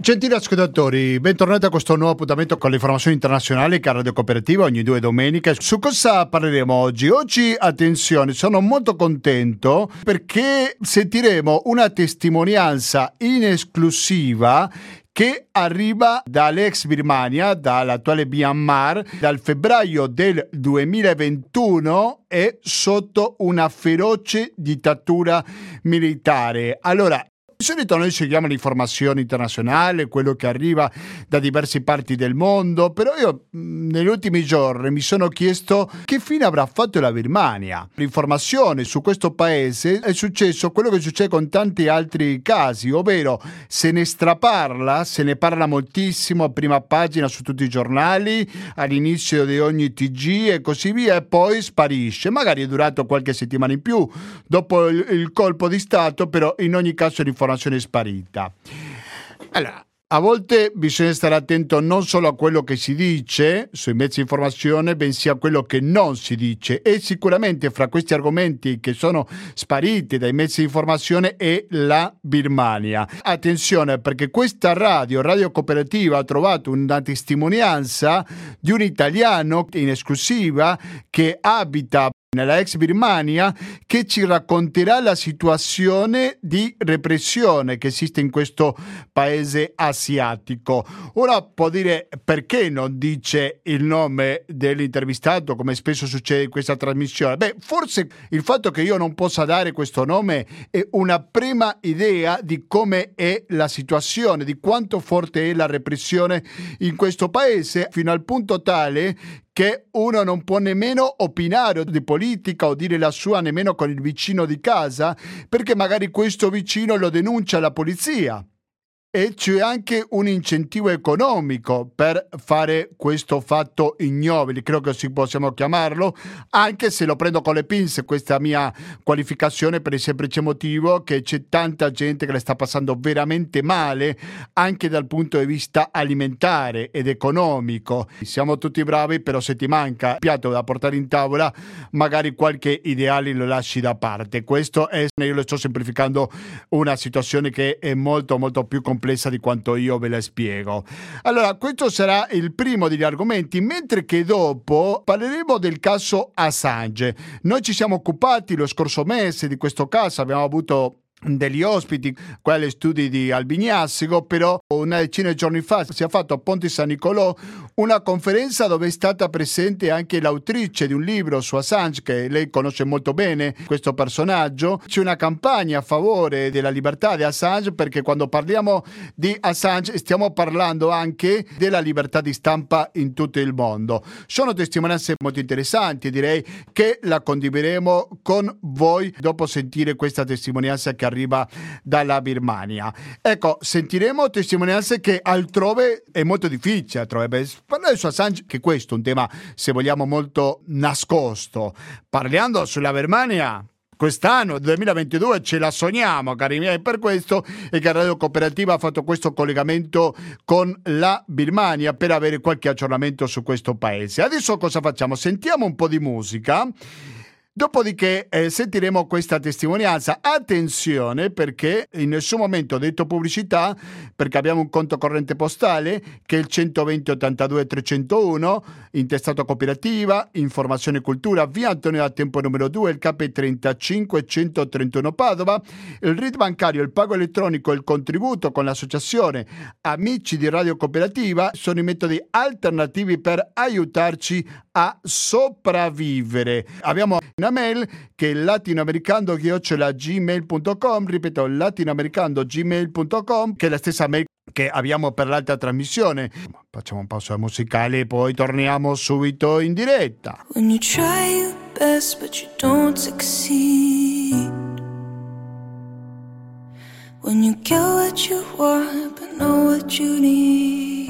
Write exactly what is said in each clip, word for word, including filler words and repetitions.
Gentili ascoltatori, bentornati a questo nuovo appuntamento con le informazioni internazionali che a Radio Cooperativa ogni due domeniche. Su cosa parleremo oggi? Oggi, attenzione, sono molto contento perché sentiremo una testimonianza in esclusiva che arriva dall'ex Birmania, dall'attuale Myanmar, dal febbraio del duemilaventuno e sotto una feroce dittatura militare. Allora, di solito noi seguiamo l'informazione internazionale, quello che arriva da diverse parti del mondo, però io negli ultimi giorni mi sono chiesto che fine avrà fatto la Birmania. L'informazione su questo paese è successo quello che succede con tanti altri casi, ovvero se ne straparla, se ne parla moltissimo a prima pagina su tutti i giornali, all'inizio di ogni T G e così via, e poi sparisce. Magari è durato qualche settimana in più dopo il, il colpo di Stato, però in ogni caso l'informazione è sparita. Allora, a volte bisogna stare attento non solo a quello che si dice sui mezzi di informazione, bensì a quello che non si dice, e sicuramente fra questi argomenti che sono spariti dai mezzi di informazione è la Birmania. Attenzione, perché questa radio, Radio Cooperativa, ha trovato una testimonianza di un italiano in esclusiva che abita nella ex Birmania, che ci racconterà la situazione di repressione che esiste in questo paese asiatico. Ora può dire perché non dice il nome dell'intervistato, come spesso succede in questa trasmissione. Beh, forse il fatto che io non possa dare questo nome è una prima idea di come è la situazione, di quanto forte è la repressione in questo paese, fino al punto tale che uno non può nemmeno opinare di politica o dire la sua nemmeno con il vicino di casa, perché magari questo vicino lo denuncia alla polizia. E c'è anche un incentivo economico per fare questo fatto ignobile, credo che così possiamo chiamarlo, anche se lo prendo con le pinze questa mia qualificazione, per il semplice motivo che c'è tanta gente che la sta passando veramente male anche dal punto di vista alimentare ed economico. Siamo tutti bravi, però se ti manca il piatto da portare in tavola, magari qualche ideale lo lasci da parte. Questo è, io lo sto semplificando, una situazione che è molto molto più complessa di quanto io ve la spiego. Allora, questo sarà il primo degli argomenti, mentre che dopo parleremo del caso Assange. Noi ci siamo occupati lo scorso mese di questo caso, abbiamo avuto degli ospiti, quelli studi di Albiniassigo, però una decina di giorni fa si è fatto a Ponte San Nicolò una conferenza dove è stata presente anche l'autrice di un libro su Assange, che lei conosce molto bene questo personaggio. C'è una campagna a favore della libertà di Assange, perché quando parliamo di Assange stiamo parlando anche della libertà di stampa in tutto il mondo. Sono testimonianze molto interessanti, direi che la condivideremo con voi dopo sentire questa testimonianza che arriva dalla Birmania. Ecco, sentiremo testimonianze che altrove è molto difficile altrove. Parlare su Assange, che questo è un tema, se vogliamo, molto nascosto. Parliamo sulla Birmania, quest'anno, duemilaventidue, ce la sogniamo, cari miei, per questo è che Radio Cooperativa ha fatto questo collegamento con la Birmania per avere qualche aggiornamento su questo paese. Adesso cosa facciamo? Sentiamo un po' di musica. Dopodiché eh, sentiremo questa testimonianza. Attenzione, perché in nessun momento ho detto pubblicità, perché abbiamo un conto corrente postale che è il centoventi ottantadue trecentouno, intestato Cooperativa, Informazione e Cultura, via Antonio da Tempo numero due, il K trentacinque centotrentuno Padova, il R I D bancario, il pago elettronico e il contributo con l'associazione Amici di Radio Cooperativa sono i metodi alternativi per aiutarci a sopravvivere. Abbiamo una mail che è latinoamericano chiocciola gmail punto com, ripeto, latinoamericano gmail punto com, che è la stessa mail che abbiamo per l'altra trasmissione. Facciamo un pausa musicale e poi torniamo subito in diretta. When you try your best but you don't succeed, when you get what you want but know what you need,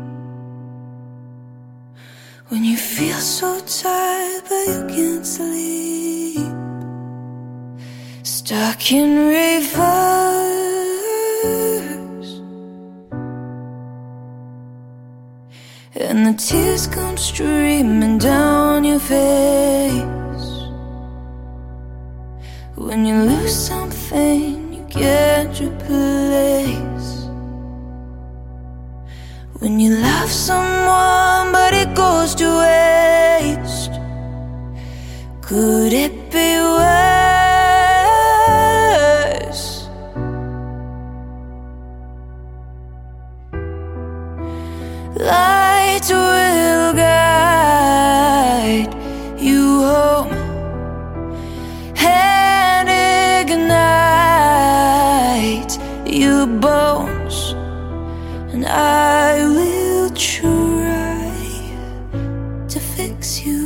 when you feel so tired but you can't sleep, stuck in reverse, and the tears come streaming down your face. When you lose something you can't replace, When you love someone but it goes to waste, could it be worse? Light will guide you home and ignite your bones, and I will try to fix you.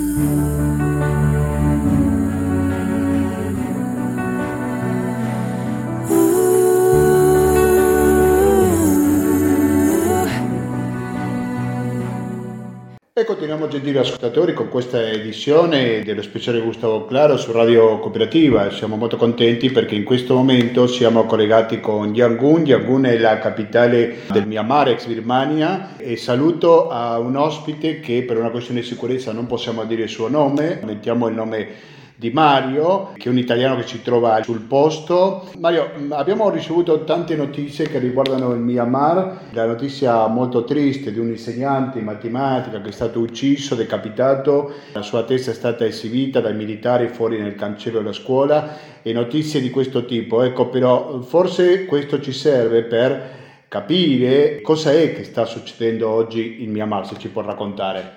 E continuiamo, gentili ascoltatori, con questa edizione dello speciale Gustavo Claro su Radio Cooperativa. Siamo molto contenti perché in questo momento siamo collegati con Yangon. Yangon è la capitale del Myanmar, ex Birmania, e saluto a un ospite che per una questione di sicurezza non possiamo dire il suo nome. Mettiamo il nome di Mario, che è un italiano che si trova sul posto. Mario, abbiamo ricevuto tante notizie che riguardano il Myanmar, la notizia molto triste di un insegnante in matematica che è stato ucciso, decapitato, la sua testa è stata esibita dai militari fuori nel cancello della scuola, e notizie di questo tipo. Ecco, però forse questo ci serve per capire cosa è che sta succedendo oggi in Myanmar, se ci può raccontare.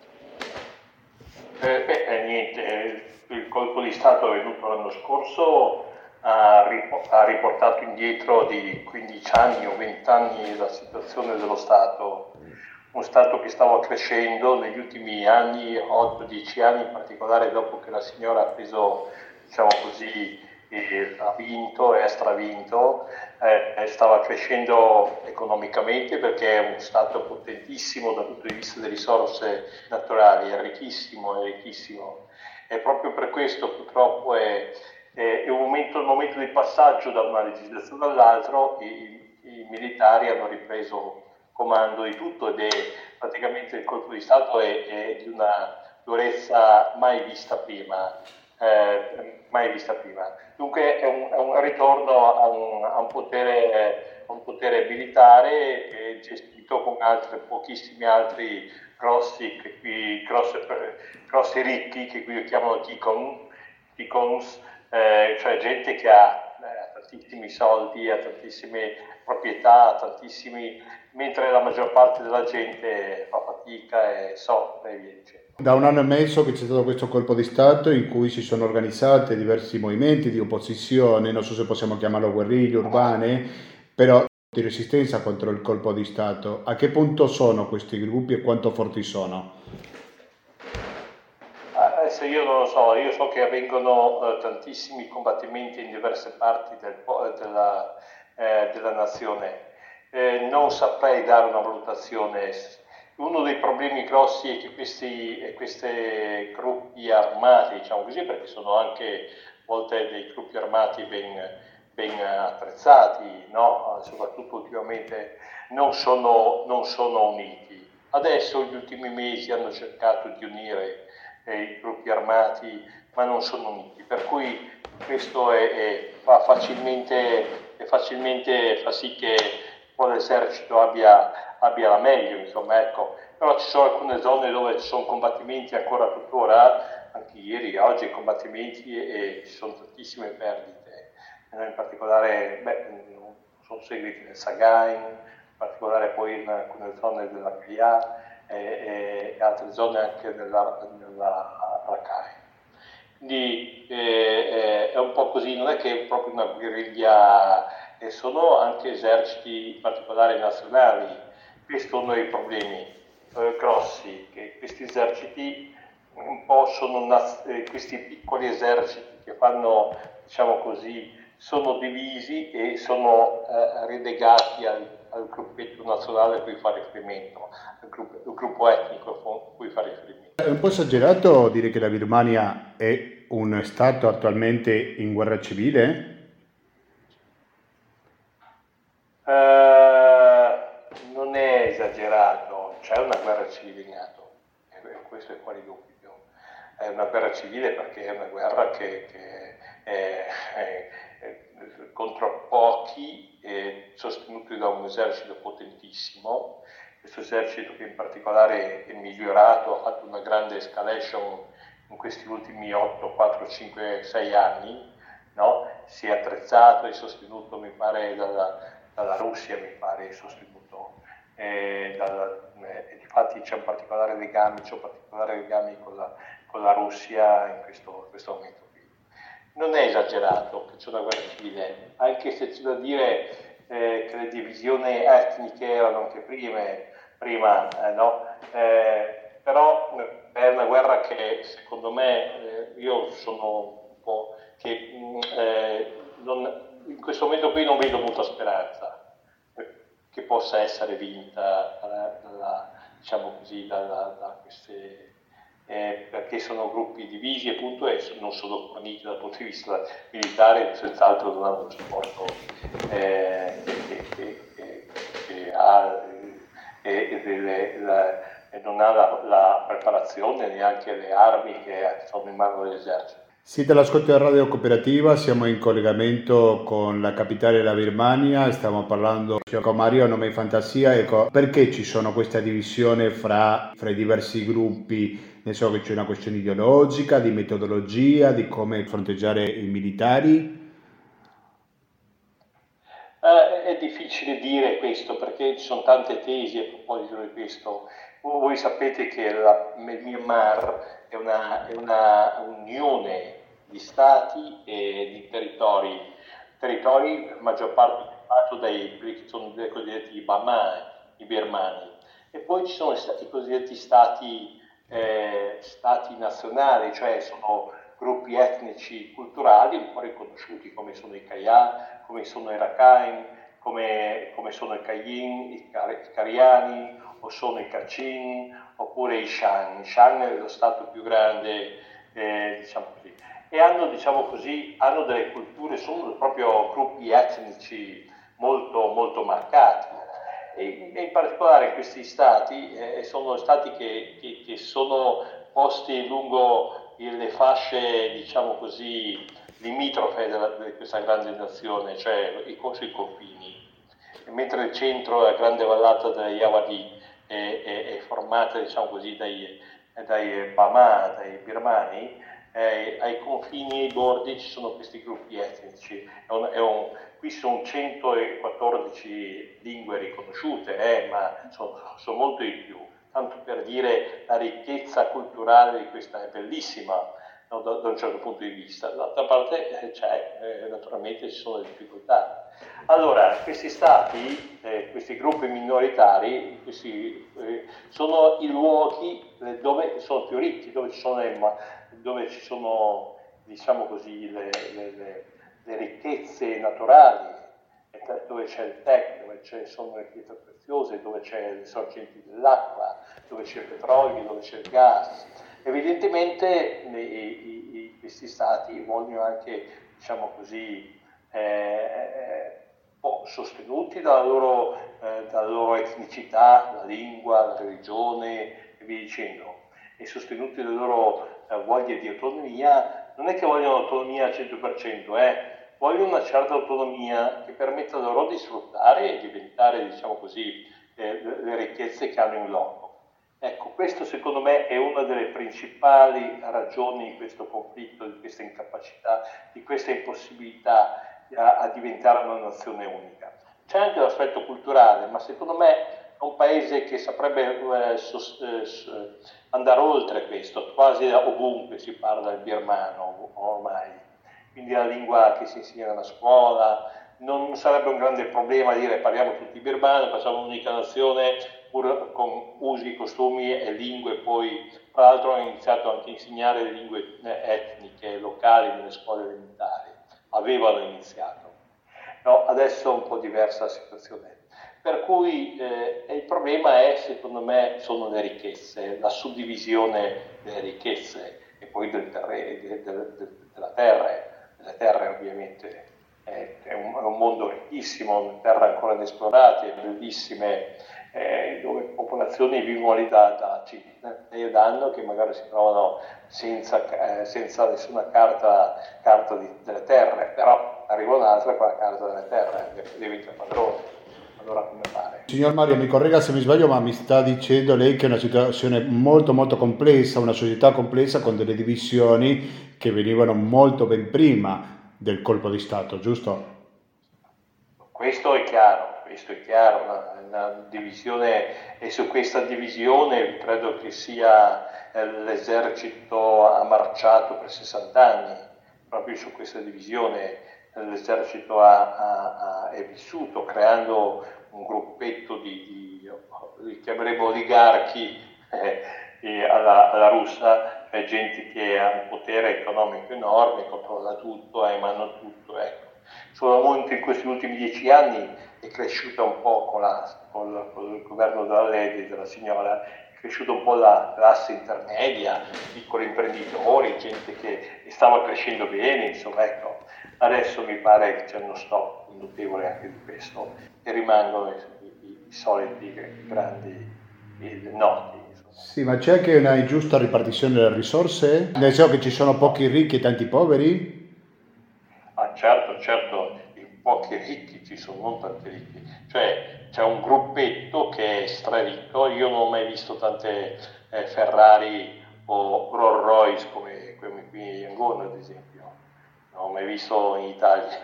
Eh, beh, eh, niente, il colpo di Stato è venuto l'anno scorso, ha, rip- ha riportato indietro di quindici anni o venti anni la situazione dello Stato, un Stato che stava crescendo negli ultimi anni, otto dieci anni in particolare, dopo che la signora ha preso, diciamo così, eh, ha vinto e ha stravinto, eh, stava crescendo economicamente perché è un Stato potentissimo dal punto di vista delle risorse naturali, è ricchissimo, è ricchissimo. E proprio per questo purtroppo è, è, è un momento, un momento di passaggio da una legislazione all'altra. I, i militari hanno ripreso comando di tutto ed è praticamente il colpo di Stato è, è di una durezza mai vista prima, eh, mai vista prima. Dunque è un, è un ritorno a un, a un, potere, a un potere militare eh, gestito con altri, pochissimi altri grossi, che qui, grossi, grossi ricchi, che qui chiamano Tikon, Tikons, eh, cioè gente che ha eh, tantissimi soldi, ha tantissime proprietà, tantissimi, mentre la maggior parte della gente fa fatica e soffre e via dicendo. Da un anno e mezzo che c'è stato questo colpo di Stato in cui si sono organizzati diversi movimenti di opposizione, non so se possiamo chiamarlo guerriglie urbane, però di resistenza contro il colpo di Stato. A che punto sono questi gruppi e quanto forti sono? Adesso io non lo so, io so che avvengono eh, tantissimi combattimenti in diverse parti del, della, eh, della nazione. Eh, non saprei dare una valutazione. Uno dei problemi grossi è che questi, questi gruppi armati, diciamo così, perché sono anche a volte dei gruppi armati ben, ben attrezzati, no? Soprattutto ultimamente non sono, non sono uniti. Adesso, negli ultimi mesi, hanno cercato di unire eh, i gruppi armati, ma non sono uniti, per cui questo è, è, fa, facilmente, è facilmente fa sì che poi l'esercito abbia, abbia la meglio, insomma, ecco. Però ci sono alcune zone dove ci sono combattimenti ancora tuttora, anche ieri, oggi combattimenti e, e ci sono tantissime perdite, in particolare, beh, sono seguiti nel Sagaing, in particolare poi in alcune zone della Kaya e, e altre zone anche nella, nella Rakhine. Quindi eh, è un po' così, non è che è proprio una guerriglia, e sono anche eserciti in particolare nazionali. Questo è uno dei problemi eh, grossi, che questi eserciti un po' sono naz- eh, questi piccoli eserciti che fanno, diciamo così, sono divisi e sono eh, relegati al, al gruppetto nazionale a cui fa riferimento, al gruppo, al gruppo etnico a cui fa riferimento. È un po' esagerato dire che la Birmania è un stato attualmente in guerra civile? Uh, non è esagerato, c'è una guerra civile in atto, e questo è fuori dubbio. È una guerra civile perché è una guerra che, che è, è, è contro pochi, è sostenuti da un esercito potentissimo, questo esercito che in particolare è migliorato, ha fatto una grande escalation in questi ultimi otto, quattro, cinque, sei anni, no? Si è attrezzato e sostenuto, mi pare, dalla, dalla Russia, mi pare, sostenuto. Eh, dalla, eh, infatti c'è un particolare legame, c'è un particolare legame con la, con la Russia in questo, in questo momento qui. Non è esagerato che c'è una guerra civile, anche se c'è da dire eh, che le divisioni etniche erano anche prima, prima eh, no? Eh, però è una guerra che secondo me, eh, io sono un po' che eh, non, in questo momento qui non vedo molta speranza eh, che possa essere vinta dalla, dalla, diciamo così, dalla, da queste, eh, perché sono gruppi divisi appunto e non sono forniti dal punto di vista militare, senz'altro non hanno un supporto eh, che, che, che, che ha eh, e delle, la, e non ha la, la preparazione neanche le armi che sono in mano all'esercito. Siete all'ascolto della Radio Cooperativa, siamo in collegamento con la capitale della Birmania, stiamo parlando con Mario, nome fantasia, ecco, perché ci sono questa divisione fra, fra i diversi gruppi? Ne so che c'è una questione ideologica, di metodologia, di come fronteggiare i militari? Eh, è difficile dire questo perché ci sono tante tesi a proposito di questo. Voi sapete che la Myanmar è una, è una unione di stati e di territori, territori per maggior parte occupato dai che sono dei cosiddetti Bama, i birmani, e poi ci sono i cosiddetti stati, eh, stati nazionali, cioè sono gruppi etnici culturali un po' riconosciuti come sono i Kaya, come sono i Rakhine, come, come sono i Kayin, i, Car- i Cariani, o sono i Kachin, oppure i Shan. Shan è lo stato più grande, eh, diciamo così, e hanno, diciamo così, hanno delle culture, sono proprio gruppi etnici molto, molto marcati. E, e in particolare questi stati eh, sono stati che, che, che sono posti lungo le fasce, diciamo così, limitrofe della, di questa grande nazione, cioè i, i confini. E mentre il centro, la grande vallata degli Awadhi, è, è, è formata, diciamo così, dai, dai Bama, dai birmani, eh, ai confini e ai bordi ci sono questi gruppi etnici. È un, è un, qui sono centoquattordici lingue riconosciute, eh, ma sono, sono molto di più. Tanto per dire, la ricchezza culturale di questa è bellissima, no, da, da un certo punto di vista. D'altra parte eh, c'è, eh, naturalmente ci sono le difficoltà. Allora, questi stati, eh, questi gruppi minoritari, questi, eh, sono i luoghi eh, dove sono più ricchi, dove ci sono, dove ci sono diciamo così, le, le, le, le ricchezze naturali, dove c'è il tech, dove ci sono le pietre preziose, dove c'è le sorgenti dell'acqua, dove c'è il petrolio, dove c'è il gas. Evidentemente i, i, i, questi stati vogliono anche, diciamo così, eh, oh, sostenuti dalla loro, eh, dalla loro etnicità, la lingua, la religione e via dicendo, e sostenuti dalle loro eh, voglie di autonomia. Non è che vogliono autonomia al cento per cento, eh, vogliono una certa autonomia che permetta loro di sfruttare e diventare, diciamo così, eh, le ricchezze che hanno in loco. Ecco, questo secondo me è una delle principali ragioni di questo conflitto, di questa incapacità, di questa impossibilità a, a diventare una nazione unica. C'è anche l'aspetto culturale, ma secondo me è un paese che saprebbe eh, sos, eh, andare oltre questo, quasi ovunque si parla il birmano ormai, quindi la lingua che si insegna nella scuola. Non sarebbe un grande problema dire parliamo tutti birmano, facciamo un'unica nazione, pur con usi, costumi e lingue. Poi tra l'altro hanno iniziato anche a insegnare le lingue etniche locali nelle scuole elementari, avevano iniziato, no, adesso è un po' diversa la situazione, per cui eh, il problema è, secondo me, sono le ricchezze, la suddivisione delle ricchezze e poi del terreno, de, de, de, della terra, delle terre ovviamente. È un, è un mondo ricchissimo, terre ancora inesplorate, bellissime, eh, dove popolazioni vivono lì da, da centinaia d'anni che magari si trovano senza, eh, senza nessuna carta, carta di, delle terre, però arriva un'altra con la carta delle terre, diventa padrone. allora come fare? Signor Mario, mi corregga se mi sbaglio, ma mi sta dicendo lei che è una situazione molto molto complessa, una società complessa con delle divisioni che venivano molto ben prima del colpo di Stato, giusto? Questo è chiaro, questo è chiaro, una, una divisione, e su questa divisione credo che sia eh, l'esercito ha marciato per sessanta anni, proprio su questa divisione eh, l'esercito ha, ha, ha, è vissuto creando un gruppetto di, di li chiameremo oligarchi eh, alla, alla russa, eh, gente che ha un potere economico enorme, controlla tutto, ha in mano tutto, ecco. Solamente in questi ultimi dieci anni è cresciuta un po' con, la, con, con il governo della Lady, della signora, è cresciuta un po' la classe intermedia, piccoli imprenditori, gente che stava crescendo bene, insomma, ecco. Adesso mi pare che c'è uno stop notevole anche di questo e rimangono i, i, i soliti grandi i noti. Insomma. Sì, ma c'è anche una ingiusta ripartizione delle risorse? Nel senso che ci sono pochi ricchi e tanti poveri? Ah, certo, certo, in pochi ricchi ci sono, non tanti ricchi, cioè c'è un gruppetto che è straricco, io non ho mai visto tante eh, Ferrari o Rolls Royce come, come qui in Yangon ad esempio, non ho mai visto in Italia,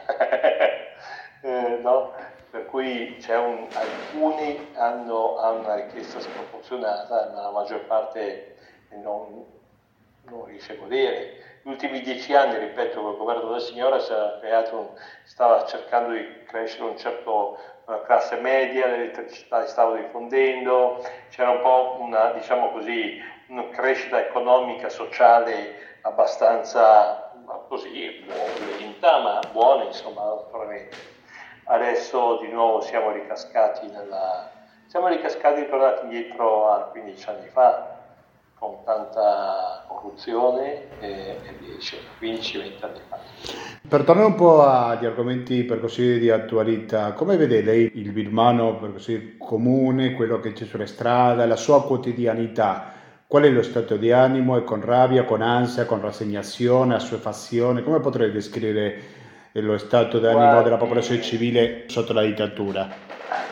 eh, no? Per cui c'è un, alcuni hanno, hanno una richiesta sproporzionata, ma la maggior parte non, non riesce a godere. Gli ultimi dieci anni, ripeto, col governo della signora un, stava cercando di crescere un certo, una classe media, l'elettricità stava diffondendo, c'era un po' una, diciamo così, una crescita economica, sociale abbastanza così, lenta, ma buona, insomma, naturalmente. Adesso di nuovo siamo ricascati nella... siamo ricascati tornati indietro a quindici anni fa, con tanta corruzione e, e dieci, quindici venti anni fa. Per tornare un po' agli argomenti per così di attualità, come vede lei il birmano per così comune, quello che c'è sulle strade, la sua quotidianità? Qual è lo stato di animo? È con rabbia, con ansia, con rassegnazione, assuefazione? Come potrei descrivere lo stato d'animo Guardi, della popolazione civile sotto la dittatura?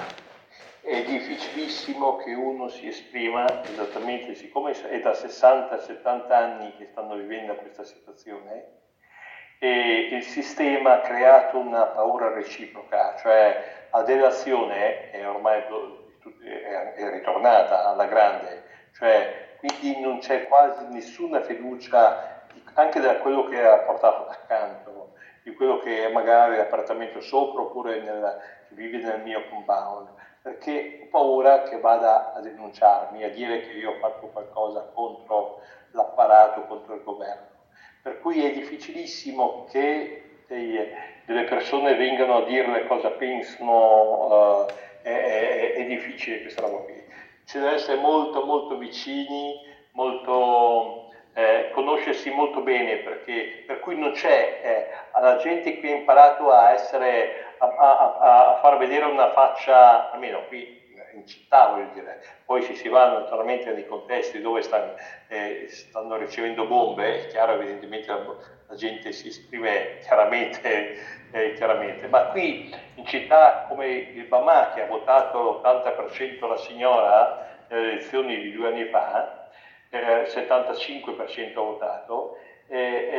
È difficilissimo che uno si esprima esattamente, siccome è da sessanta settanta anni che stanno vivendo questa situazione e il sistema ha creato una paura reciproca, cioè la delazione è ormai è ritornata alla grande, cioè quindi non c'è quasi nessuna fiducia anche da quello che ha portato accanto, di quello che è magari l'appartamento sopra oppure nel, che vive nel mio compound, perché ho paura che vada a denunciarmi, a dire che io ho fatto qualcosa contro l'apparato, contro il governo. Per cui è difficilissimo che dei, delle persone vengano a dire cosa pensano, uh, è, è, è difficile questa roba qui. Ci deve essere molto molto vicini, molto... Eh, conoscersi molto bene, perché per cui non c'è eh, la gente qui ha imparato a essere a, a, a far vedere una faccia, almeno qui in città voglio dire, poi se si va naturalmente nei contesti dove stanno, eh, stanno ricevendo bombe, è chiaro, evidentemente la, la gente si esprime chiaramente, eh, chiaramente, ma qui in città come il Bamako, che ha votato l'ottanta per cento la signora nelle elezioni di due anni fa, il settantacinque per cento ha votato, e,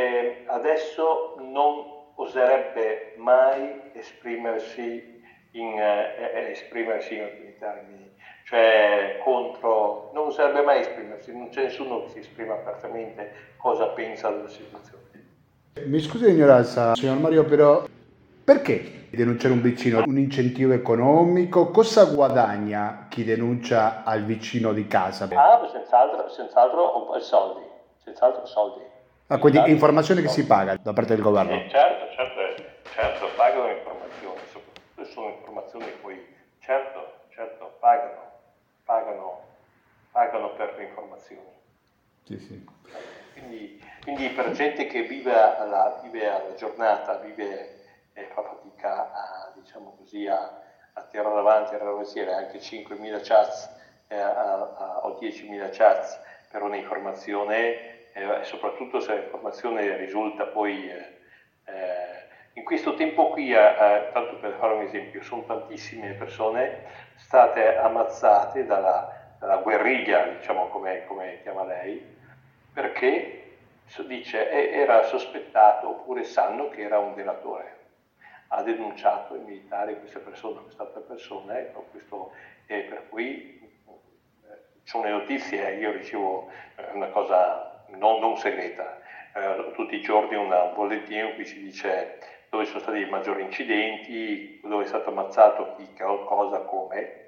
e adesso non oserebbe mai esprimersi in, eh, esprimersi in alcuni termini, cioè contro, non oserebbe mai esprimersi, non c'è nessuno che si esprima apertamente cosa pensa della situazione. Mi scusi l'ignoranza, signor Mario, però perché denunciare un vicino? Un incentivo economico? Cosa guadagna chi denuncia al vicino di casa? Ah, senz'altro, senz'altro un po' di soldi, senz'altro soldi. Ah, quindi senz'altro informazioni che si paga da parte del governo? Eh, certo, certo, certo, pagano informazioni, soprattutto sono informazioni poi, certo, certo, pagano, pagano, pagano per le informazioni. Sì, sì. Quindi, quindi per gente che vive alla, vive alla giornata, vive e fa fatica a, diciamo così, a, a tirare avanti, a ravvisire anche cinquemila chats eh, a, a, o diecimila chats per un'informazione, eh, soprattutto se l'informazione risulta poi eh, In questo tempo qui, eh, tanto per fare un esempio, sono tantissime persone state ammazzate dalla, dalla guerriglia, diciamo come, come chiama lei, perché dice era sospettato oppure sanno che era un delatore. Ha denunciato il militare questa persona, quest'altra persona, e questo, eh, per cui eh, ci sono le notizie, io ricevo eh, una cosa non, non segreta, eh, tutti i giorni una, un bollettino in cui si dice dove sono stati i maggiori incidenti, dove è stato ammazzato chi, cosa, come,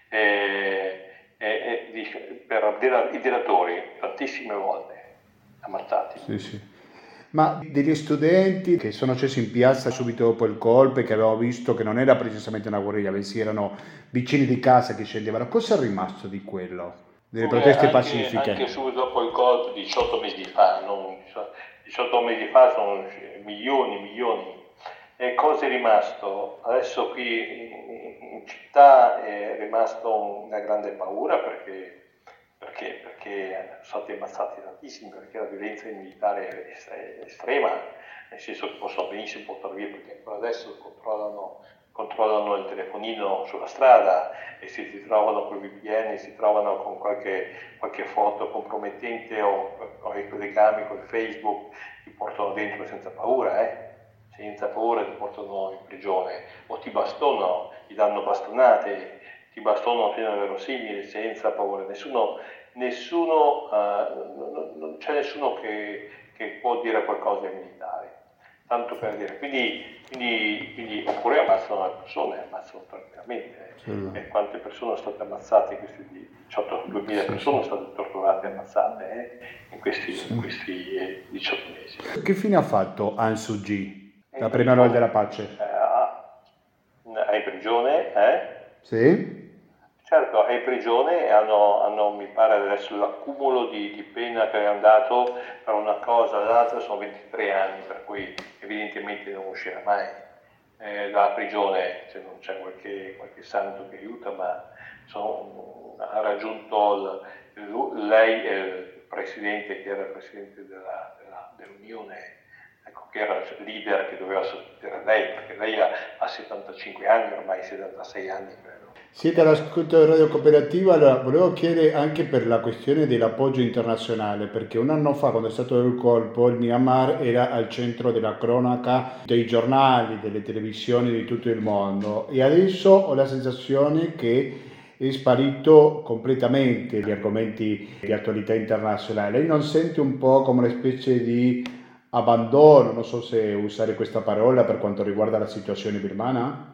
eh, eh, eh, per i delatori tantissime volte ammazzati. Sì, sì. Ma degli studenti che sono scesi in piazza subito dopo il colpo e che avevamo visto che non era precisamente una guerriglia, bensì erano vicini di casa che scendevano, cosa è rimasto di quello? Delle Come proteste anche, pacifiche? Anche subito dopo il colpo, diciotto mesi fa, non, diciotto mesi fa sono milioni, milioni. E cosa è rimasto? Adesso qui in, in città è rimasto una grande paura perché Perché? Perché sono stati ammazzati tantissimi, perché la violenza militare è estrema, nel senso che possono benissimo portare via, perché ancora adesso controllano, controllano il telefonino sulla strada e se si trovano con il V P N, si trovano con qualche, qualche foto compromettente o con i legami con Facebook, ti portano dentro senza paura, eh? senza paura ti portano in prigione o ti bastonano, ti danno bastonate, ti bastonano fino a verosimile senza paura. Nessuno, nessuno uh, non c'è nessuno che, che può dire qualcosa ai militari, tanto per dire. Quindi, quindi, quindi oppure ammazzano le persone, ammazzano tranquillamente. Sì. E quante persone sono state ammazzate in questi diciotto, duemila sì, persone sì. sono state torturate e ammazzate eh, in questi, sì. in questi eh, diciotto mesi. Che fine ha fatto Aung Suu Kyi, la premio Nobel della pace? Eh, è in prigione, eh? Sì. Certo, è in prigione e hanno, hanno, mi pare adesso l'accumulo di, di pena che hanno dato per una cosa o l'altra sono ventitré anni, per cui evidentemente non uscirà mai eh, dalla prigione, se non c'è qualche, qualche santo che aiuta, ma sono, ha raggiunto il, il, lei, il presidente che era il presidente della, della, dell'Unione, ecco, che era il leader che doveva sostituire lei, perché lei ha, ha settantacinque anni, ormai settantasei anni credo. Siete all'ascolto di Radio Cooperativa, allora volevo chiedere anche per la questione dell'appoggio internazionale, perché un anno fa quando è stato il colpo il Myanmar era al centro della cronaca dei giornali, delle televisioni di tutto il mondo e adesso ho la sensazione che è sparito completamente gli argomenti di attualità internazionale. Lei non sente un po' come una specie di abbandono, non so se usare questa parola per quanto riguarda la situazione birmana?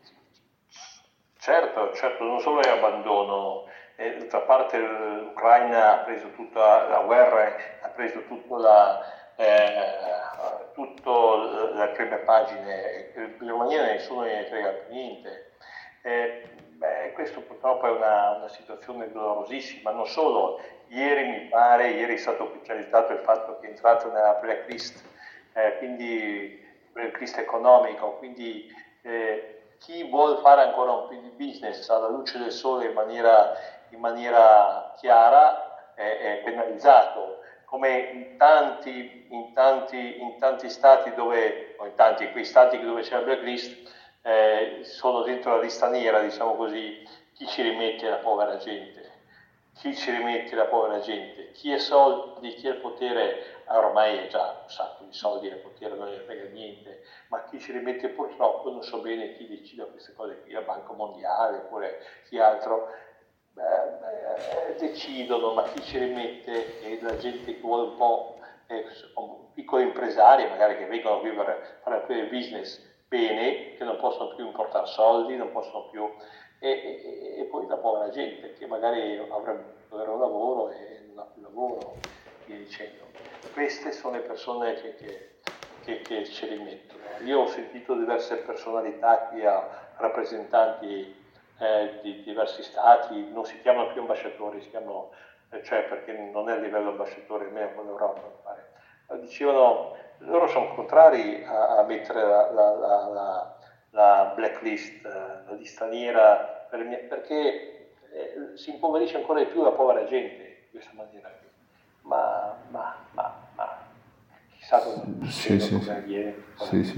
Certo, certo, non solo è abbandono, eh, d'altra parte l'Ucraina ha preso tutta la guerra, ha preso tutta la, eh, tutto le prime pagine, in Germania nessuno ne frega più niente. Eh, beh, questo purtroppo è una, una situazione dolorosissima, non solo, ieri mi pare, ieri è stato ufficializzato il fatto che è entrato nella blacklist, eh, quindi blacklist economico, quindi eh, chi vuole fare ancora un po' di business alla luce del sole in maniera, in maniera chiara è, è penalizzato, come in tanti, in, tanti, in tanti stati dove, o in tanti quei stati dove c'è la blacklist, eh, sono dentro la lista nera, diciamo così, chi ci rimette la povera gente? Chi ci rimette la povera gente? Chi ha soldi, chi ha il potere, ormai è già un sacco di soldi e il potere non ne frega niente, ma chi ci rimette purtroppo, non so bene chi decide queste cose qui, la Banca Mondiale oppure chi altro, beh, beh, decidono, ma chi ci rimette è la gente che vuole un po', eh, piccoli impresari magari che vengono a vivere, fare il business bene, che non possono più importare soldi, non possono più... E, e, e poi la povera gente che magari avrebbe un lavoro e non ha più lavoro, via dicendo. Queste sono le persone che, che, che, che ce li mettono. Io ho sentito diverse personalità qui, a rappresentanti eh, di diversi stati, non si chiamano più ambasciatori, si chiamano, eh, cioè perché non è a livello ambasciatore, almeno con l'Europa, mi pare. Dicevano, loro sono contrari a, a mettere la, la, la, la la blacklist, la lista nera, per me, perché eh, si impoverisce ancora di più la povera gente in questa maniera qui. Ma, ma, ma, ma, chissà cosa sì, sì, come avviene. Sì, sì.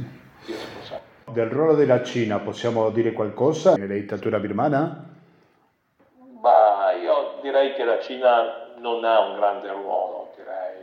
tutti responsabili. Del ruolo della Cina possiamo dire qualcosa nella dittatura birmana? Ma io direi che la Cina non ha un grande ruolo, direi,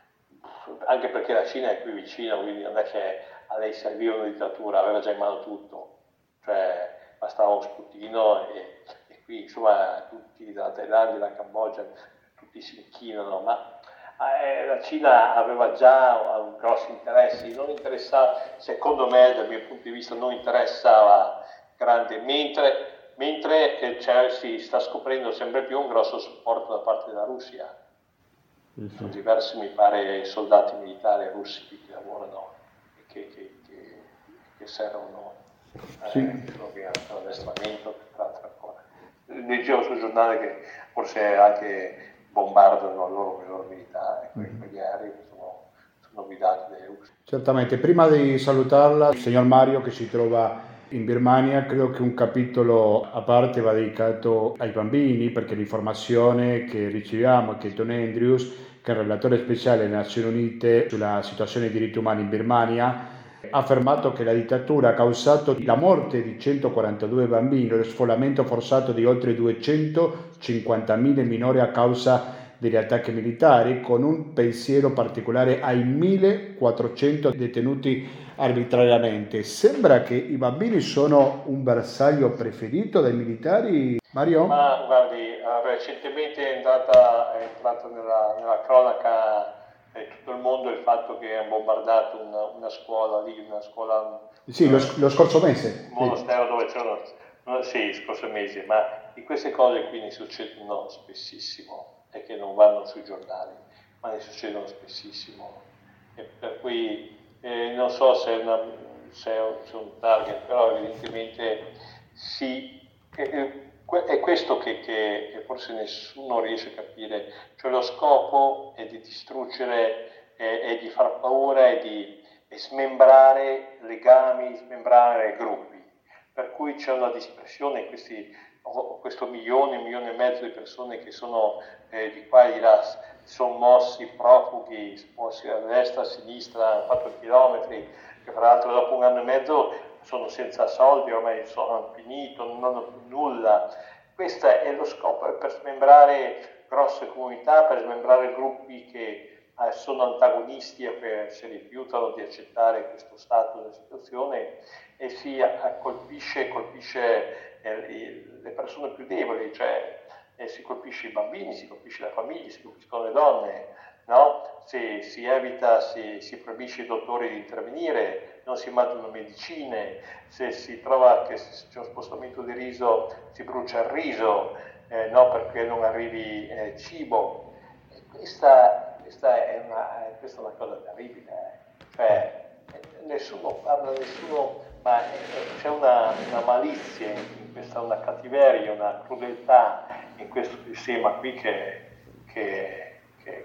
anche perché la Cina è qui vicina, quindi non è che a lei serviva una dittatura, aveva già in mano tutto, cioè bastava uno sputino e, e qui insomma tutti dalla Thailandia, dalla Cambogia, tutti si inchinano, ma eh, la Cina aveva già un grossi interessi, non interessava, secondo me dal mio punto di vista non interessava grande, mentre mentre eh, cioè, si sta scoprendo sempre più un grosso supporto da parte della Russia. Mm-hmm. Sono diversi, mi pare, soldati militari russi che lavorano e che, che, che, che servono eh, sì. per l'addestramento, per altre ancora. Leggevo sul giornale che forse anche bombardano loro, i loro militari, mm-hmm. quegli aerei che sono, sono guidati dai russi. Certamente, prima di salutarla, il signor Mario che si trova in Birmania, credo che un capitolo a parte va dedicato ai bambini, perché l'informazione che riceviamo è che Tom Andrews, che è il relatore speciale delle Nazioni Unite sulla situazione dei diritti umani in Birmania, ha affermato che la dittatura ha causato la morte di centoquarantadue bambini, lo sfollamento forzato di oltre duecentocinquantamila minori a causa degli attacchi militari, con un pensiero particolare ai millequattrocento detenuti arbitrariamente. Sembra che i bambini sono un bersaglio preferito dai militari, Mario? Ma guardi, recentemente è entrata, è entrata nella, nella cronaca di tutto il mondo il fatto che hanno bombardato una, una scuola lì, una scuola... Sì, lo, lo scorso mese. Un monastero sì. Dove c'erano... Sì, scorso mese, ma di queste cose qui ne succedono spessissimo e che non vanno sui giornali, ma ne succedono spessissimo. E per cui eh, non so se è, una, se, è un, se è un target, però evidentemente sì. Eh, È questo che, che forse nessuno riesce a capire, cioè lo scopo è di distruggere, è, è di far paura, è di è smembrare legami, smembrare gruppi, per cui c'è una dispersione, questi, questo milione, un milione e mezzo di persone che sono eh, di qua e di là, sono mossi, profughi, mossi a destra, a sinistra, hanno fatto chilometri, che fra l'altro dopo un anno e mezzo sono senza soldi, ormai sono finito, non hanno più nulla. Questo è lo scopo, è per smembrare grosse comunità, per smembrare gruppi che eh, sono antagonisti e che si rifiutano di accettare questo stato della situazione e si eh, colpisce, colpisce eh, le persone più deboli, cioè eh, si colpisce i bambini, si colpisce la famiglia, si colpiscono le donne, no? Si, si evita, si, si proibisce ai dottori di intervenire, non si mandano medicine, se si trova che c'è un spostamento di riso si brucia il riso, eh, no, perché non arrivi eh, cibo. E questa, questa, è una, questa è una cosa terribile, eh. Cioè, nessuno parla, nessuno, ma c'è una, una malizia in questa, una cattiveria, una crudeltà in questo sistema qui che, che, che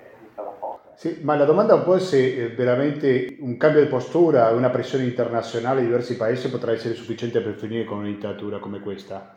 Sì, ma la domanda un po' è se veramente un cambio di postura, una pressione internazionale di diversi paesi potrà essere sufficiente per finire con una dittatura come questa.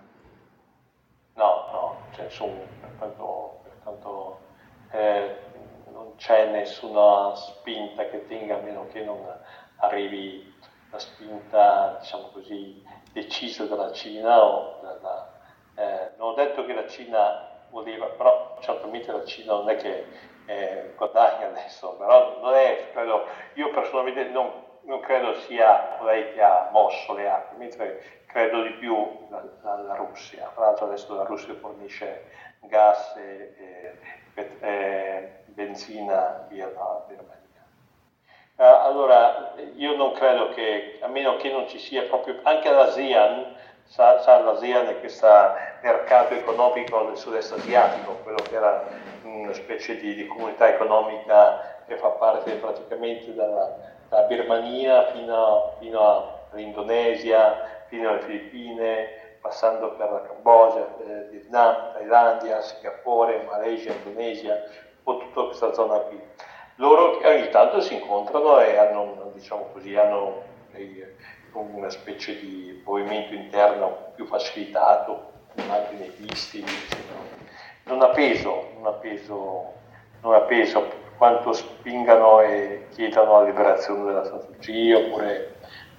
No, no, cioè, insomma, per quanto, per quanto eh, non c'è nessuna spinta che tenga, a meno che non arrivi la spinta, diciamo così, decisa dalla Cina. O dalla, eh, non ho detto che la Cina voleva, però certamente la Cina non è che Eh, guadagna adesso, però non è, credo, io personalmente non, non credo sia lei che ha mosso le acque, mentre credo di più la, la, la Russia. Tra l'altro adesso la Russia fornisce gas e, e, e benzina via la Birmania. Uh, allora io non credo che, a meno che non ci sia proprio, anche l'ASEAN, sa, sa l'ASEAN è questo mercato economico del sud-est asiatico, quello che era una specie di, di comunità economica che fa parte praticamente dalla, dalla Birmania fino, a, fino all'Indonesia, fino alle Filippine, passando per la Cambogia, eh, Vietnam, Thailandia, Singapore, Malesia, Indonesia, un po' tutta questa zona qui. Loro ogni tanto si incontrano e hanno, diciamo così, hanno eh, una specie di movimento interno più facilitato, anche nei visti, non ha peso, non ha peso, non ha peso quanto spingano e chiedano la liberazione della San Suu Kyi, oppure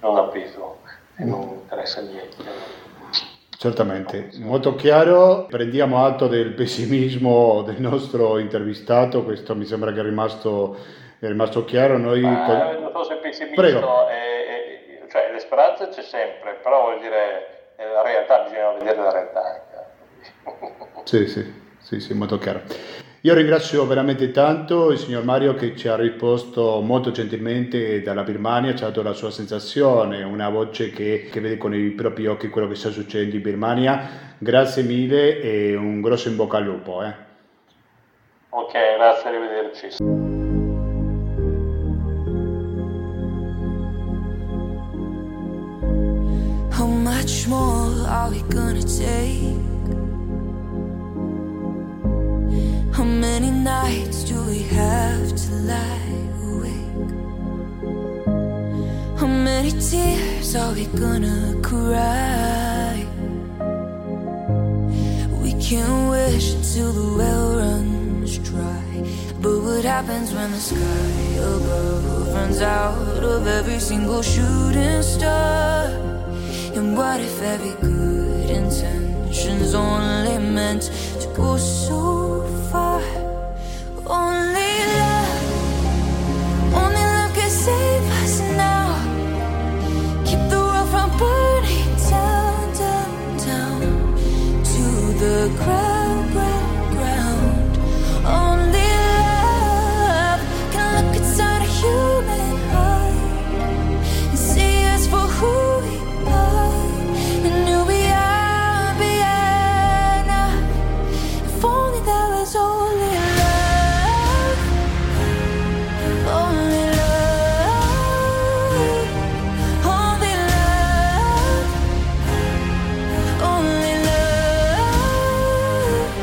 non ha peso e non interessa niente. Certamente, molto chiaro. Prendiamo atto del pessimismo del nostro intervistato, questo mi sembra che è rimasto, è rimasto chiaro. Noi Ma, non so se pessimismo, è, è, cioè la speranza c'è sempre, però vuol dire la realtà, bisogna vedere la realtà. Sì, sì, sì, sì, molto chiaro. Io ringrazio veramente tanto il signor Mario che ci ha risposto molto gentilmente dalla Birmania, ci ha dato la sua sensazione, una voce che, che vede con i propri occhi quello che sta succedendo in Birmania. Grazie mille e un grosso in bocca al lupo. Eh. Ok, grazie, arrivederci. How much more are we gonna take? How many nights do we have to lie awake? How many tears are we gonna cry? We can't wish until the well runs dry. But what happens when the sky above runs out of every single shooting star? And what if every good intention's only meant to go so far? Only love, only love can save us now. Keep the world from burning down, down, down to the ground, ground, ground. Only love can look inside a human heart and see us for who we are and who we are beyond. If only there was only love, only love, only love, only love.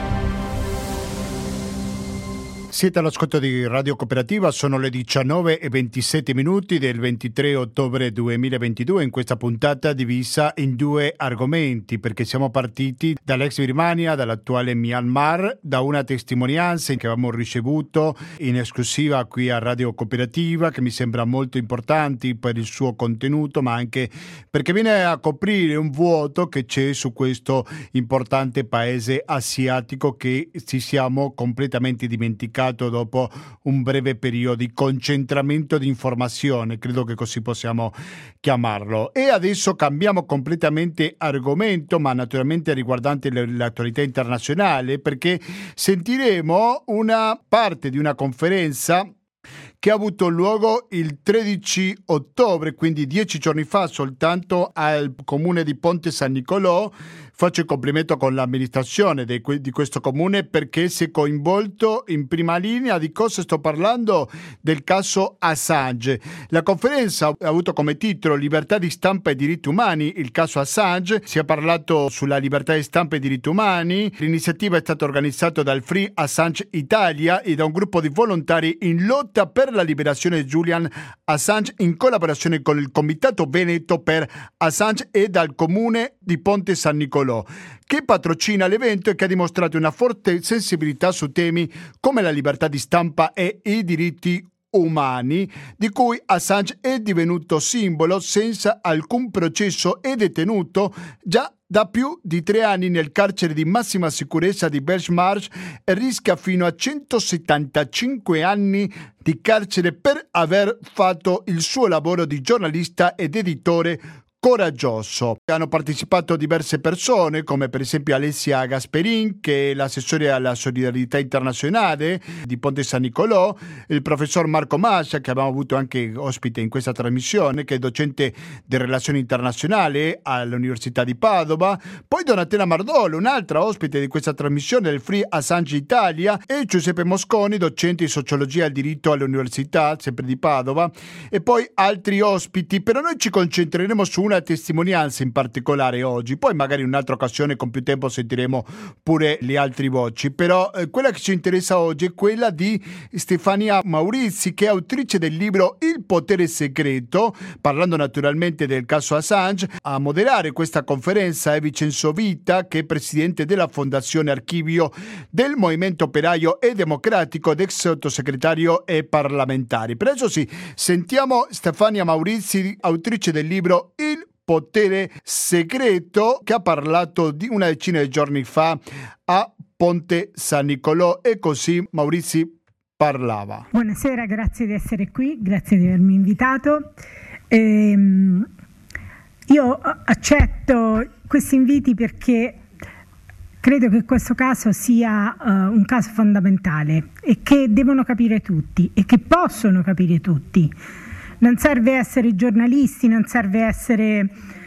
Siete all'ascolto di Radio Cooperativa, sono le diciannove e ventisette minuti del ventitré ottobre duemilaventidue, in questa puntata divisa in due argomenti, perché siamo partiti dall'ex Birmania, dall'attuale Myanmar, da una testimonianza che abbiamo ricevuto in esclusiva qui a Radio Cooperativa, che mi sembra molto importante per il suo contenuto, ma anche perché viene a coprire un vuoto che c'è su questo importante paese asiatico che ci siamo completamente dimenticati dopo un breve periodo di concentramento di informazione, credo che così possiamo chiamarlo. E adesso cambiamo completamente argomento, ma naturalmente riguardante l'attualità internazionale, perché sentiremo una parte di una conferenza che ha avuto luogo il tredici ottobre, quindi dieci giorni fa, soltanto al comune di Ponte San Nicolò. Faccio il complimento con l'amministrazione di questo comune perché si è coinvolto in prima linea. Di cosa sto parlando? Del caso Assange. La conferenza ha avuto come titolo Libertà di stampa e diritti umani, il caso Assange. Si è parlato sulla libertà di stampa e diritti umani. L'iniziativa è stata organizzata dal Free Assange Italia e da un gruppo di volontari in lotta per la liberazione di Julian Assange in collaborazione con il Comitato Veneto per Assange e dal comune di Ponte San Nicolò, che patrocina l'evento e che ha dimostrato una forte sensibilità su temi come la libertà di stampa e i diritti umani, di cui Assange è divenuto simbolo senza alcun processo e detenuto già da più di tre anni nel carcere di massima sicurezza di Belmarsh e rischia fino a centosettantacinque anni di carcere per aver fatto il suo lavoro di giornalista ed editore coraggioso. Hanno partecipato diverse persone, come per esempio Alessia Gasperin, che è l'assessore alla solidarietà internazionale di Ponte San Nicolò, il professor Marco Mascia, che abbiamo avuto anche ospite in questa trasmissione, che è docente di relazioni internazionali all'Università di Padova, poi Donatella Mardolo, un'altra ospite di questa trasmissione del Free Assange Italia, e Giuseppe Mosconi, docente di sociologia e diritto all'Università, sempre di Padova, e poi altri ospiti. Però noi ci concentreremo su una una testimonianza in particolare oggi, poi magari in un'altra occasione con più tempo sentiremo pure le altre voci, però eh, quella che ci interessa oggi è quella di Stefania Maurizi, che è autrice del libro Il potere segreto, parlando naturalmente del caso Assange. A moderare questa conferenza è Vincenzo Vita, che è presidente della Fondazione Archivio del Movimento Operaio e Democratico ed ex sottosegretario e parlamentare. Per adesso sì, sentiamo Stefania Maurizi, autrice del libro Il potere segreto, che ha parlato di una decina di giorni fa a Ponte San Nicolò, e così Maurizi parlava. Buonasera, grazie di essere qui, grazie di avermi invitato. Ehm, io accetto questi inviti perché credo che questo caso sia uh, un caso fondamentale e che devono capire tutti e che possono capire tutti. Non serve essere giornalisti, non serve essere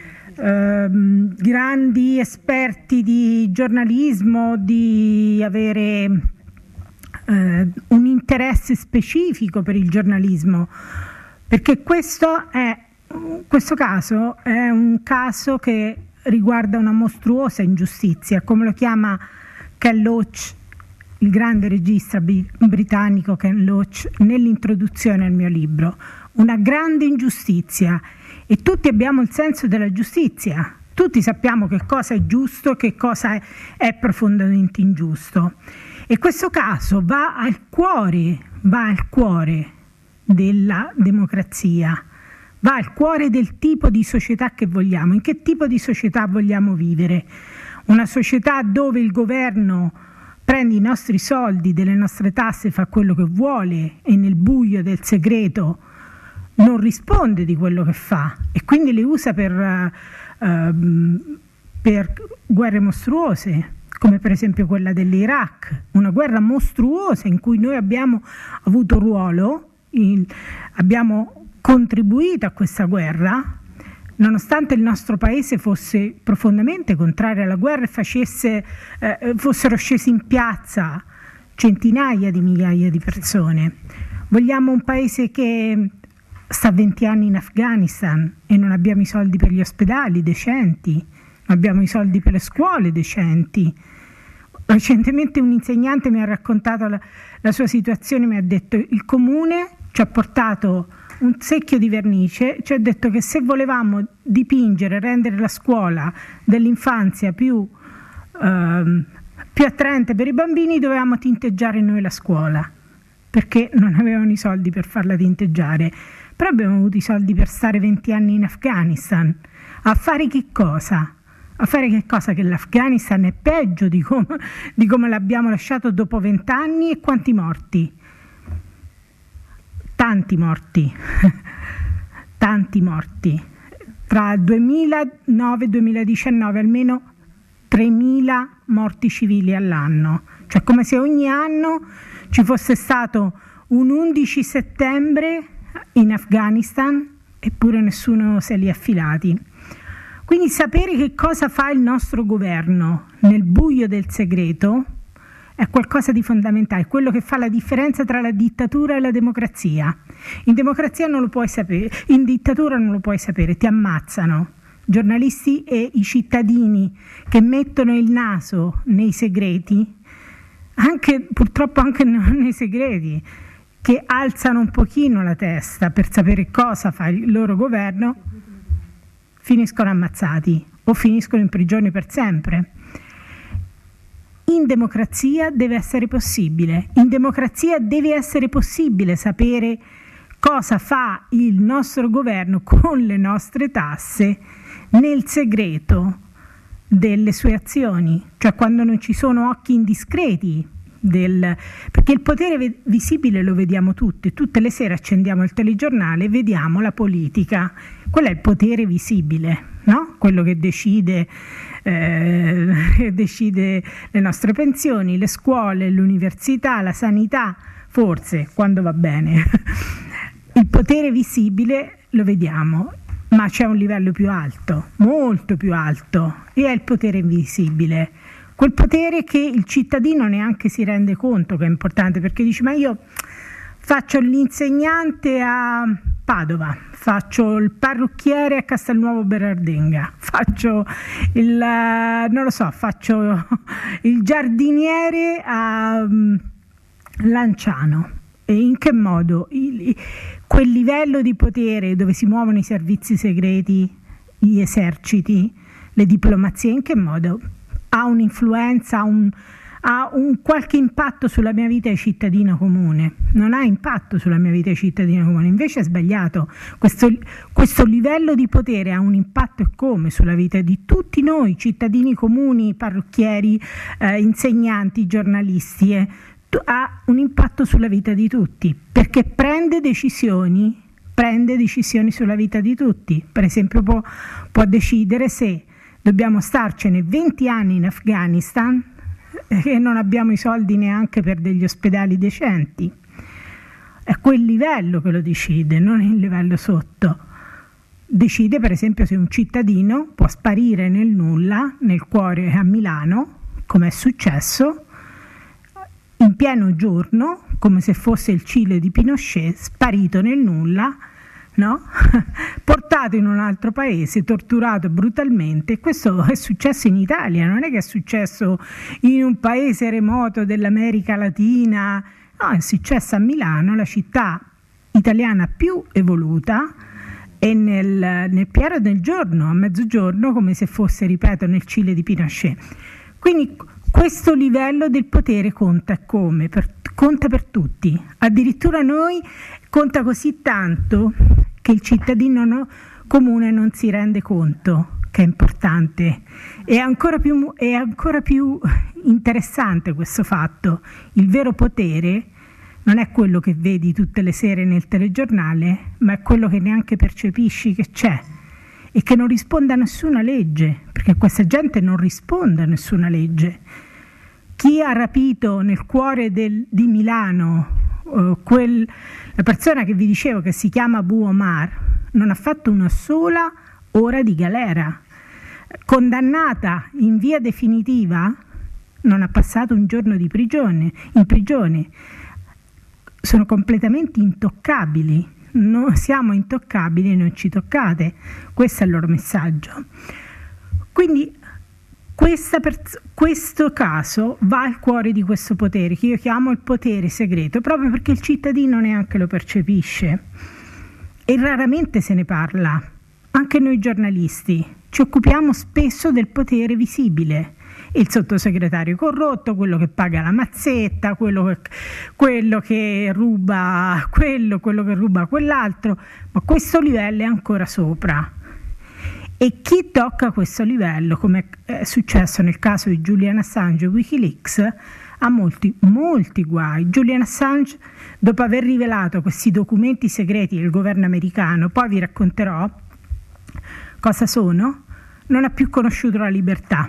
uh, grandi esperti di giornalismo, di avere uh, un interesse specifico per il giornalismo, perché questo, è, questo caso è un caso che riguarda una mostruosa ingiustizia, come lo chiama Ken Loach, il grande regista britannico Ken Loach, nell'introduzione al mio libro. Una grande ingiustizia, e tutti abbiamo il senso della giustizia, tutti sappiamo che cosa è giusto e che cosa è, è profondamente ingiusto, e questo caso va al cuore, va al cuore della democrazia, va al cuore del tipo di società che vogliamo. In che tipo di società vogliamo vivere? Una società dove il governo prende i nostri soldi, delle nostre tasse, fa quello che vuole e nel buio del segreto non risponde di quello che fa, e quindi le usa per, uh, per guerre mostruose, come per esempio quella dell'Iraq, una guerra mostruosa in cui noi abbiamo avuto ruolo, in, abbiamo contribuito a questa guerra, nonostante il nostro paese fosse profondamente contrario alla guerra e facesse, eh, fossero scesi in piazza centinaia di migliaia di persone. Vogliamo un paese che sta venti anni in Afghanistan e non abbiamo i soldi per gli ospedali decenti, non abbiamo i soldi per le scuole decenti. Recentemente un insegnante mi ha raccontato la, la sua situazione, mi ha detto: il comune ci ha portato un secchio di vernice, ci ha detto che se volevamo dipingere, rendere la scuola dell'infanzia più, ehm, più attraente per i bambini, dovevamo tinteggiare noi la scuola, perché non avevano i soldi per farla tinteggiare. Però abbiamo avuto i soldi per stare venti anni in Afghanistan. A fare che cosa? A fare che cosa? Che l'Afghanistan è peggio di come, di come l'abbiamo lasciato dopo vent'anni. E quanti morti? Tanti morti, tanti morti. Tra duemilanove e duemiladiciannove almeno tremila morti civili all'anno. Cioè come se ogni anno ci fosse stato un undici settembre in Afghanistan, eppure nessuno se li ha affilati. Quindi sapere che cosa fa il nostro governo nel buio del segreto è qualcosa di fondamentale, quello che fa la differenza tra la dittatura e la democrazia. In democrazia non lo puoi sapere, in dittatura non lo puoi sapere, ti ammazzano. Giornalisti e i cittadini che mettono il naso nei segreti, anche purtroppo anche nei segreti, che alzano un pochino la testa per sapere cosa fa il loro governo, finiscono ammazzati o finiscono in prigione per sempre. In democrazia deve essere possibile, in democrazia deve essere possibile sapere cosa fa il nostro governo con le nostre tasse nel segreto delle sue azioni, cioè quando non ci sono occhi indiscreti. Del, perché il potere visibile lo vediamo tutti, tutte le sere accendiamo il telegiornale e vediamo la politica, quello è il potere visibile, no? Quello che decide, eh, decide le nostre pensioni, le scuole, l'università, la sanità, forse quando va bene. Il potere visibile lo vediamo, ma c'è un livello più alto, molto più alto, e è il potere invisibile. Quel potere che il cittadino neanche si rende conto che è importante, perché dice: ma io faccio l'insegnante a Padova, faccio il parrucchiere a Castelnuovo Berardenga, faccio il, non lo so, faccio il giardiniere a Lanciano. E in che modo il, quel livello di potere dove si muovono i servizi segreti, gli eserciti, le diplomazie, in che modo ha un'influenza, un, ha un qualche impatto sulla mia vita di cittadino comune? Non ha impatto sulla mia vita di cittadino comune, invece è sbagliato. Questo, questo livello di potere ha un impatto e come sulla vita di tutti noi, cittadini comuni, parrucchieri, eh, insegnanti, giornalisti, eh. ha un impatto sulla vita di tutti, perché prende decisioni, prende decisioni sulla vita di tutti. Per esempio può, può decidere se dobbiamo starcene venti anni in Afghanistan e non abbiamo i soldi neanche per degli ospedali decenti. È quel livello che lo decide, non il livello sotto. Decide per esempio se un cittadino può sparire nel nulla, nel cuore a Milano, come è successo, in pieno giorno, come se fosse il Cile di Pinochet, sparito nel nulla, no? Portato in un altro paese, torturato brutalmente. Questo è successo in Italia, non è che è successo in un paese remoto dell'America Latina, no, è successo a Milano, la città italiana più evoluta, e nel, nel pieno del giorno, a mezzogiorno, come se fosse, ripeto, nel Cile di Pinochet. Quindi questo livello del potere conta come? Per, conta per tutti, addirittura noi conta così tanto che il cittadino no, comune non si rende conto che è importante. È ancora più, è ancora più interessante questo fatto. Il vero potere non è quello che vedi tutte le sere nel telegiornale, ma è quello che neanche percepisci che c'è e che non risponde a nessuna legge, perché questa gente non risponde a nessuna legge. Chi ha rapito nel cuore del, di Milano uh, quel, la persona che vi dicevo che si chiama Abu Omar non ha fatto una sola ora di galera. Condannata in via definitiva, non ha passato un giorno di prigione, in prigione. Sono completamente intoccabili. No, siamo intoccabili, non ci toccate. Questo è il loro messaggio. Quindi Questa perz- questo caso va al cuore di questo potere, che io chiamo il potere segreto, proprio perché il cittadino neanche lo percepisce e raramente se ne parla. Anche noi giornalisti ci occupiamo spesso del potere visibile, il sottosegretario corrotto, quello che paga la mazzetta, quello che, quello che ruba quello, quello che ruba quell'altro, ma questo livello è ancora sopra. E chi tocca questo livello, come è successo nel caso di Julian Assange e Wikileaks, ha molti, molti guai. Julian Assange, dopo aver rivelato questi documenti segreti del governo americano, poi vi racconterò cosa sono, non ha più conosciuto la libertà.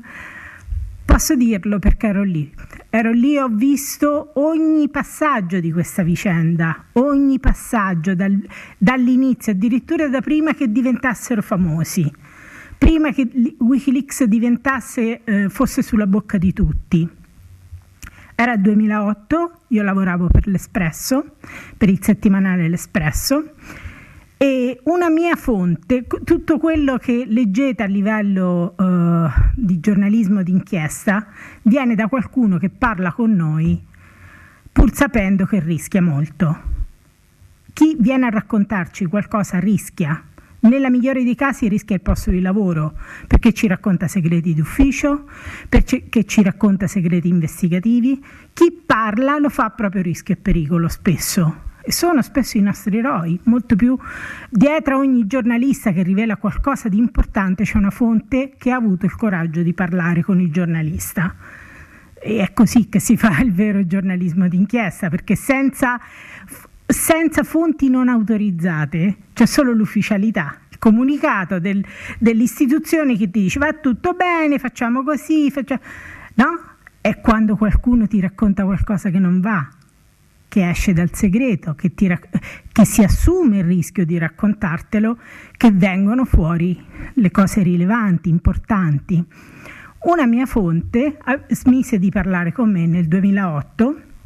Posso dirlo perché ero lì. Ero lì e ho visto ogni passaggio di questa vicenda, ogni passaggio dal, dall'inizio, addirittura da prima che diventassero famosi, prima che Wikileaks diventasse, eh, fosse sulla bocca di tutti. Era il duemilaotto, io lavoravo per l'Espresso, per il settimanale L'Espresso, e una mia fonte, tutto quello che leggete a livello uh, di giornalismo d'inchiesta, viene da qualcuno che parla con noi pur sapendo che rischia molto. Chi viene a raccontarci qualcosa rischia, nella migliore dei casi rischia il posto di lavoro, perché ci racconta segreti d'ufficio, perché ci racconta segreti investigativi. Chi parla lo fa proprio a rischio e pericolo spesso. E sono spesso i nostri eroi, molto più dietro a ogni giornalista che rivela qualcosa di importante c'è una fonte che ha avuto il coraggio di parlare con il giornalista. E è così che si fa il vero giornalismo d'inchiesta, perché senza, senza fonti non autorizzate c'è solo l'ufficialità, il comunicato del, dell'istituzione che ti dice va tutto bene, facciamo così, facciamo... no? È quando qualcuno ti racconta qualcosa che non va, che esce dal segreto, che, ti, che si assume il rischio di raccontartelo, che vengono fuori le cose rilevanti, importanti. Una mia fonte smise di parlare con me nel duemilaotto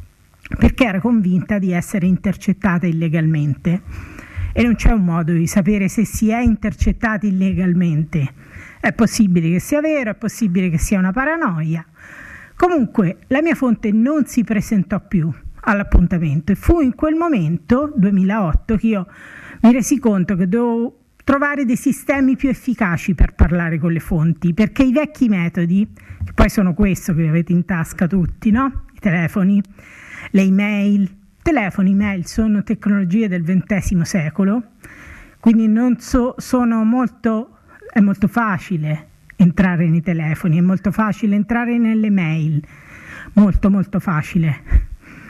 perché era convinta di essere intercettata illegalmente e non c'è un modo di sapere se si è intercettati illegalmente. È possibile che sia vero, è possibile che sia una paranoia. Comunque la mia fonte non si presentò più all'appuntamento e fu in quel momento, duemilaotto, che io mi resi conto che dovevo trovare dei sistemi più efficaci per parlare con le fonti, perché i vecchi metodi, che poi sono questo che avete in tasca tutti, no? I telefoni, le email, telefoni, email sono tecnologie del ventesimo secolo, quindi non so, sono molto, è molto facile entrare nei telefoni, è molto facile entrare nelle mail, molto molto facile.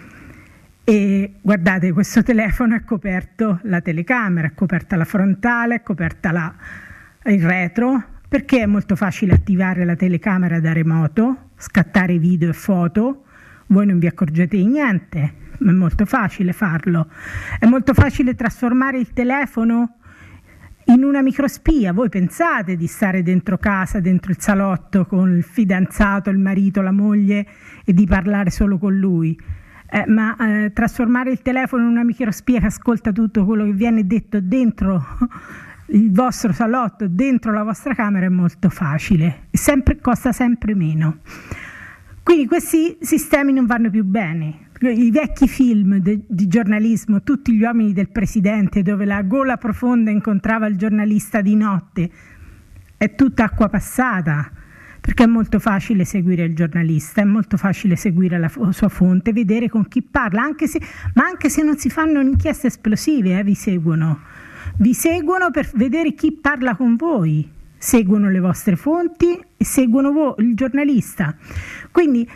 E guardate, questo telefono è coperto la telecamera, è coperta la frontale, è coperta la, il retro, perché è molto facile attivare la telecamera da remoto, scattare video e foto, voi non vi accorgete di niente, ma è molto facile farlo. È molto facile trasformare il telefono in una microspia. Voi pensate di stare dentro casa, dentro il salotto con il fidanzato, il marito, la moglie e di parlare solo con lui, eh, ma eh, trasformare il telefono in una microspia che ascolta tutto quello che viene detto dentro il vostro salotto, dentro la vostra camera, è molto facile, sempre, costa sempre meno. Quindi questi sistemi non vanno più bene. I vecchi film de, di giornalismo, Tutti gli uomini del presidente, dove la gola profonda incontrava il giornalista di notte, è tutta acqua passata, perché è molto facile seguire il giornalista, è molto facile seguire la sua fonte, vedere con chi parla, anche se, ma anche se non si fanno inchieste esplosive, eh, vi seguono. Vi seguono per vedere chi parla con voi, seguono le vostre fonti e seguono voi, il giornalista. Quindi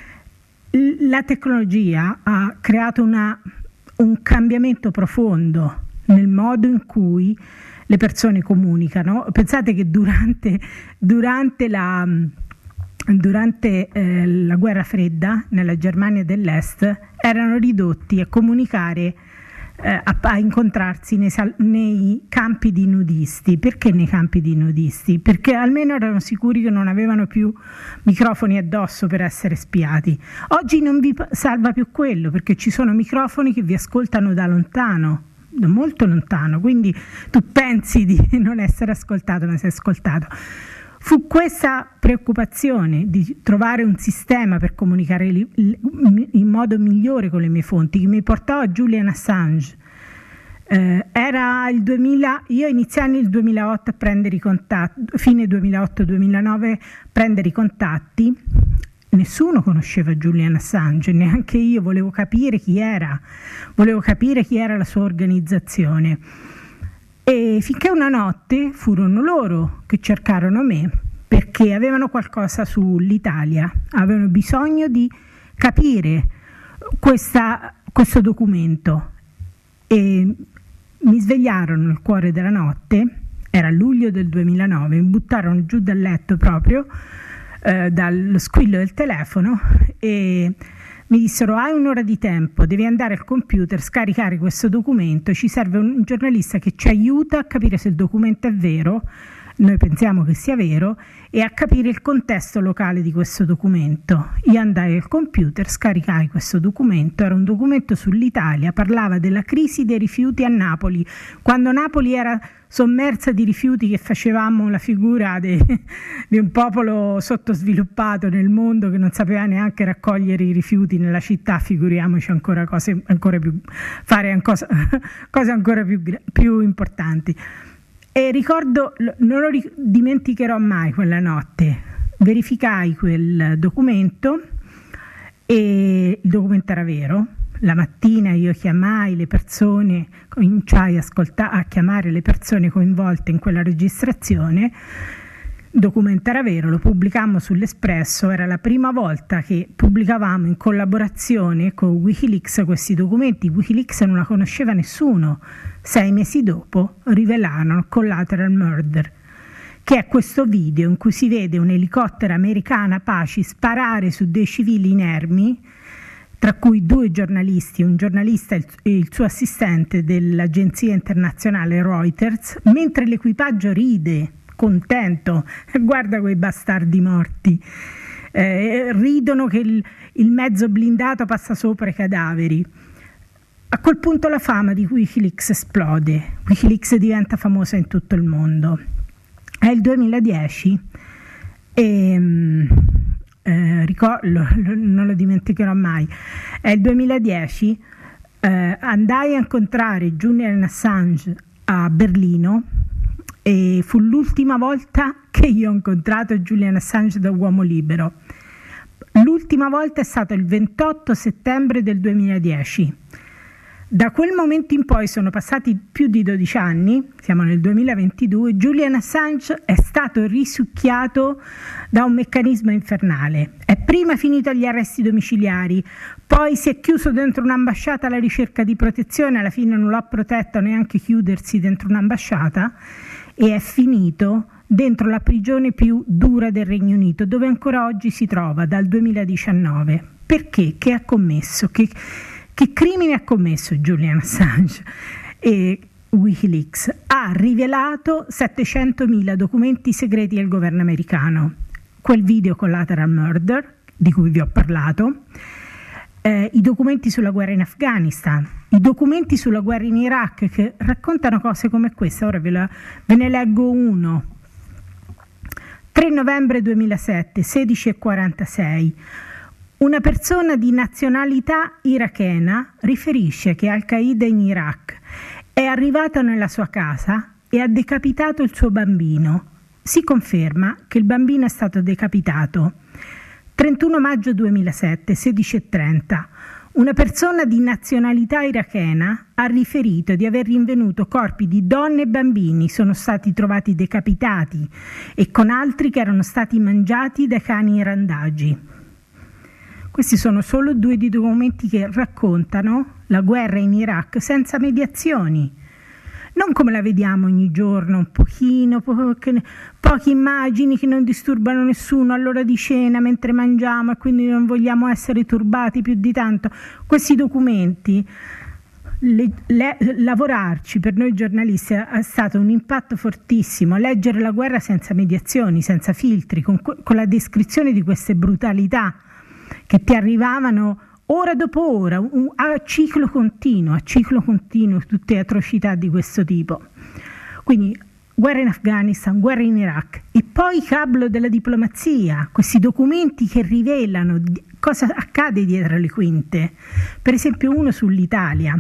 la tecnologia ha creato una, un cambiamento profondo nel modo in cui le persone comunicano. Pensate che durante, durante, la, durante eh, la guerra fredda nella Germania dell'Est erano ridotti a comunicare, eh, a, a incontrarsi nei, sal- nei campi di nudisti. Perché nei campi di nudisti? Perché almeno erano sicuri che non avevano più microfoni addosso per essere spiati. Oggi non vi salva più quello, perché ci sono microfoni che vi ascoltano da lontano, da molto lontano, quindi tu pensi di non essere ascoltato, ma sei ascoltato. Fu questa preoccupazione di trovare un sistema per comunicare in modo migliore con le mie fonti che mi portò a Julian Assange. Eh, era il duemila, io iniziai nel duemilaotto a prendere i contatti, fine duemilaotto duemilanove, a prendere i contatti. Nessuno conosceva Julian Assange, neanche io, volevo capire chi era, volevo capire chi era la sua organizzazione. E finché una notte furono loro che cercarono me, perché avevano qualcosa sull'Italia, avevano bisogno di capire questa, questo documento, e mi svegliarono nel cuore della notte, era luglio del duemilanove, mi buttarono giù dal letto proprio eh, dallo squillo del telefono e mi dissero: hai un'ora di tempo, devi andare al computer, scaricare questo documento, ci serve un giornalista che ci aiuta a capire se il documento è vero, noi pensiamo che sia vero, e a capire il contesto locale di questo documento. Io andai al computer, scaricai questo documento, era un documento sull'Italia, parlava della crisi dei rifiuti a Napoli, quando Napoli era sommersa di rifiuti, che facevamo la figura de, di un popolo sottosviluppato nel mondo che non sapeva neanche raccogliere i rifiuti nella città, figuriamoci ancora cose ancora più fare ancora, cose ancora più, più importanti. E ricordo, non lo dimenticherò mai quella notte, verificai quel documento e il documento era vero. La mattina io chiamai le persone, cominciai a, ascolta- a chiamare le persone coinvolte in quella registrazione. Il documento era vero, lo pubblicammo sull'Espresso, era la prima volta che pubblicavamo in collaborazione con Wikileaks questi documenti. Wikileaks non la conosceva nessuno. Sei mesi dopo rivelarono Collateral Murder, che è questo video in cui si vede un elicottero americano Apache sparare su dei civili inermi, tra cui due giornalisti, un giornalista e il suo assistente dell'agenzia internazionale Reuters, mentre l'equipaggio ride, contento, guarda quei bastardi morti. eh, ridono che il, il mezzo blindato passa sopra i cadaveri. A quel punto la fama di Wikileaks esplode, Wikileaks diventa famosa in tutto il mondo. È il duemiladieci e eh, ricordo, non lo dimenticherò mai, è il duemiladieci, eh, andai a incontrare Julian Assange a Berlino e fu l'ultima volta che io ho incontrato Julian Assange da uomo libero. L'ultima volta è stato il ventotto settembre del duemiladieci. Da quel momento in poi sono passati più di dodici anni, siamo nel duemilaventidue, Julian Assange è stato risucchiato da un meccanismo infernale. È prima finito agli arresti domiciliari, poi si è chiuso dentro un'ambasciata alla ricerca di protezione, alla fine non l'ha protetto neanche chiudersi dentro un'ambasciata, e è finito dentro la prigione più dura del Regno Unito, dove ancora oggi si trova dal duemiladiciannove. Perché? Che ha commesso? Che Che crimine ha commesso Julian Assange? E Wikileaks ha rivelato settecentomila documenti segreti del governo americano. Quel video Collateral Murder, di cui vi ho parlato, eh, i documenti sulla guerra in Afghanistan, i documenti sulla guerra in Iraq, che raccontano cose come questa. Ora ve, la, ve ne leggo uno. tre novembre duemilasette, sedici e quarantasei. Una persona di nazionalità irachena riferisce che Al-Qaeda in Iraq è arrivata nella sua casa e ha decapitato il suo bambino. Si conferma che il bambino è stato decapitato. trentuno maggio duemilasette, sedici e trenta. Una persona di nazionalità irachena ha riferito di aver rinvenuto corpi di donne e bambini, sono stati trovati decapitati, e con altri che erano stati mangiati dai cani randagi. Questi sono solo due di documenti che raccontano la guerra in Iraq senza mediazioni, non come la vediamo ogni giorno, un pochino, po- che, poche immagini che non disturbano nessuno all'ora di cena mentre mangiamo e quindi non vogliamo essere turbati più di tanto. Questi documenti, le, le, lavorarci per noi giornalisti è stato un impatto fortissimo, leggere la guerra senza mediazioni, senza filtri, con, con la descrizione di queste brutalità che ti arrivavano ora dopo ora, un, a ciclo continuo, a ciclo continuo, tutte atrocità di questo tipo. Quindi guerra in Afghanistan, guerra in Iraq, e poi il cablo della diplomazia, questi documenti che rivelano di, cosa accade dietro le quinte. Per esempio uno sull'Italia,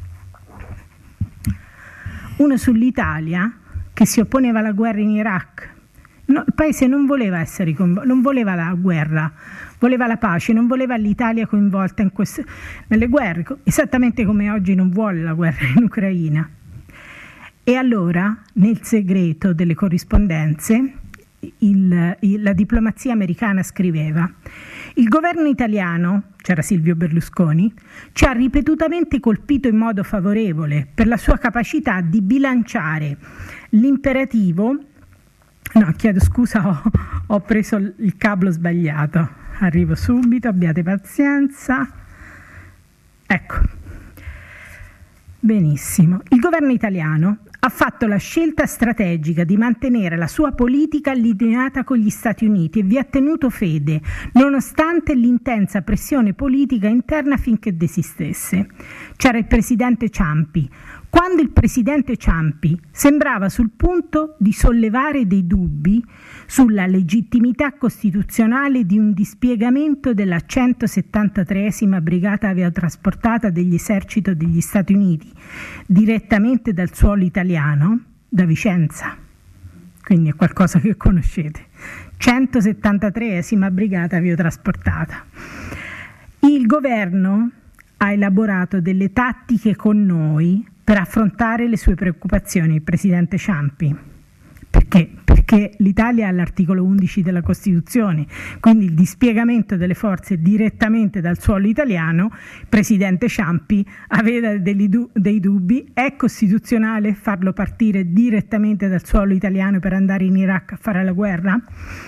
uno sull'Italia che si opponeva alla guerra in Iraq. No, il paese non voleva essere coinvolto, non voleva la guerra, voleva la pace, non voleva l'Italia coinvolta in queste, nelle guerre, esattamente come oggi non vuole la guerra in Ucraina. E allora, nel segreto delle corrispondenze, il, il, la diplomazia americana scriveva: il governo italiano, c'era Silvio Berlusconi, ci ha ripetutamente colpito in modo favorevole per la sua capacità di bilanciare l'imperativo. No, chiedo scusa, ho, ho preso il cablo sbagliato. Arrivo subito, abbiate pazienza. Ecco. Benissimo. Il governo italiano ha fatto la scelta strategica di mantenere la sua politica allineata con gli Stati Uniti e vi ha tenuto fede, nonostante l'intensa pressione politica interna finché desistesse. C'era il presidente Ciampi. Quando il presidente Ciampi sembrava sul punto di sollevare dei dubbi sulla legittimità costituzionale di un dispiegamento della centosettantatreesima brigata aerotrasportata degli eserciti degli Stati Uniti direttamente dal suolo italiano, da Vicenza, quindi è qualcosa che conoscete, centosettantatreesima brigata aerotrasportata, il governo ha elaborato delle tattiche con noi per affrontare le sue preoccupazioni, il presidente Ciampi. Perché? Perché l'Italia ha l'articolo undici della Costituzione, quindi il dispiegamento delle forze direttamente dal suolo italiano. Il presidente Ciampi aveva dei, dei dubbi: è costituzionale farlo partire direttamente dal suolo italiano per andare in Iraq a fare la guerra?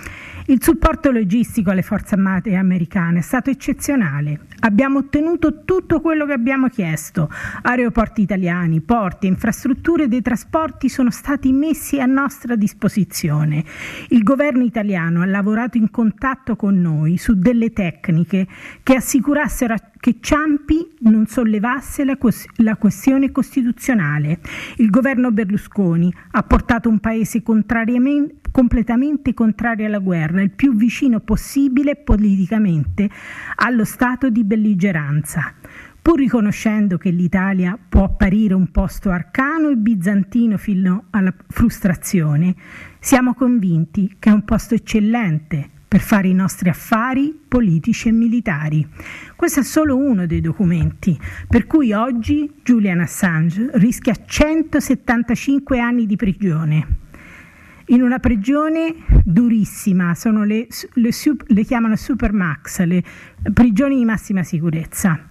Il supporto logistico alle forze armate americane è stato eccezionale. Abbiamo ottenuto tutto quello che abbiamo chiesto. Aeroporti italiani, porti, infrastrutture dei trasporti sono stati messi a nostra disposizione. Il governo italiano ha lavorato in contatto con noi su delle tecniche che assicurassero che Ciampi non sollevasse la, cos- la questione costituzionale. Il governo Berlusconi ha portato un paese contrariamente, completamente contrario alla guerra, il più vicino possibile politicamente allo stato di belligeranza. Pur riconoscendo che l'Italia può apparire un posto arcano e bizantino fino alla frustrazione, siamo convinti che è un posto eccellente per fare i nostri affari politici e militari. Questo è solo uno dei documenti, per cui oggi Julian Assange rischia centosettantacinque anni di prigione. In una prigione durissima, sono le, le, le chiamano Supermax, le prigioni di massima sicurezza.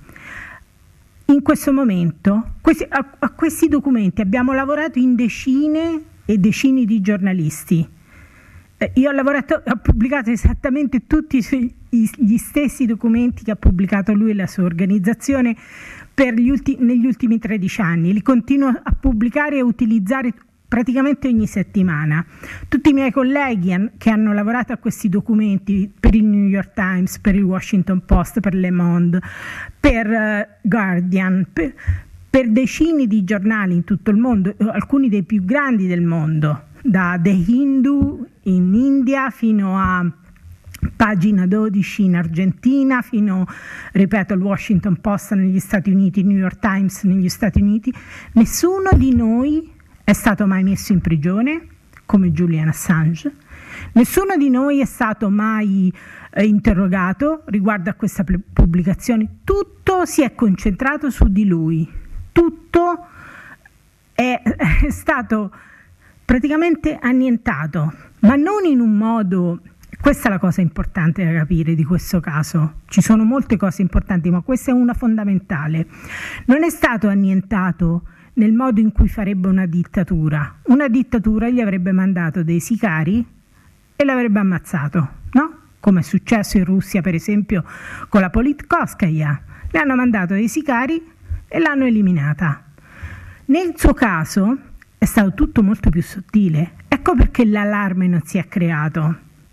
In questo momento, questi, a, a questi documenti abbiamo lavorato in decine e decine di giornalisti. Io ho lavorato, ho pubblicato esattamente tutti gli stessi documenti che ha pubblicato lui e la sua organizzazione per gli ulti, negli ultimi tredici anni. Li continuo a pubblicare e a utilizzare praticamente ogni settimana. Tutti i miei colleghi han, che hanno lavorato a questi documenti per il New York Times, per il Washington Post, per Le Monde, per uh, Guardian, per, per decine di giornali in tutto il mondo, alcuni dei più grandi del mondo, da The Hindu in India fino a Pagina dodici in Argentina, fino, ripeto, al Washington Post negli Stati Uniti, New York Times negli Stati Uniti. Nessuno di noi è stato mai messo in prigione come Julian Assange, nessuno di noi è stato mai eh, interrogato riguardo a questa pubblicazione. Tutto si è concentrato su di lui, tutto è, è stato praticamente annientato, ma non in un modo, questa è la cosa importante da capire di questo caso, ci sono molte cose importanti, ma questa è una fondamentale. Non è stato annientato nel modo in cui farebbe una dittatura. Una dittatura gli avrebbe mandato dei sicari e l'avrebbe ammazzato, no? Come è successo in Russia, per esempio, con la Politkovskaya. Le hanno mandato dei sicari e l'hanno eliminata. Nel suo caso è stato tutto molto più sottile. Ecco perché l'allarme non si è creato.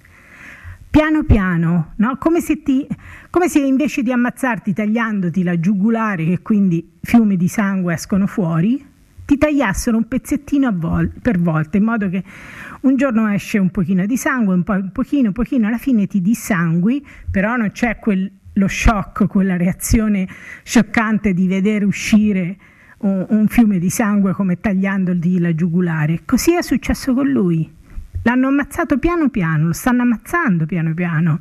Piano piano, no? Come se, ti, come se invece di ammazzarti tagliandoti la giugulare, che quindi fiumi di sangue escono fuori, ti tagliassero un pezzettino a vol- per volta, in modo che un giorno esce un pochino di sangue, un, po- un pochino, un pochino, alla fine ti dissangui, però non c'è quel, lo shock, quella reazione scioccante di vedere uscire un, un fiume di sangue come tagliandogli la giugulare. Così è successo con lui. L'hanno ammazzato piano piano, lo stanno ammazzando piano piano.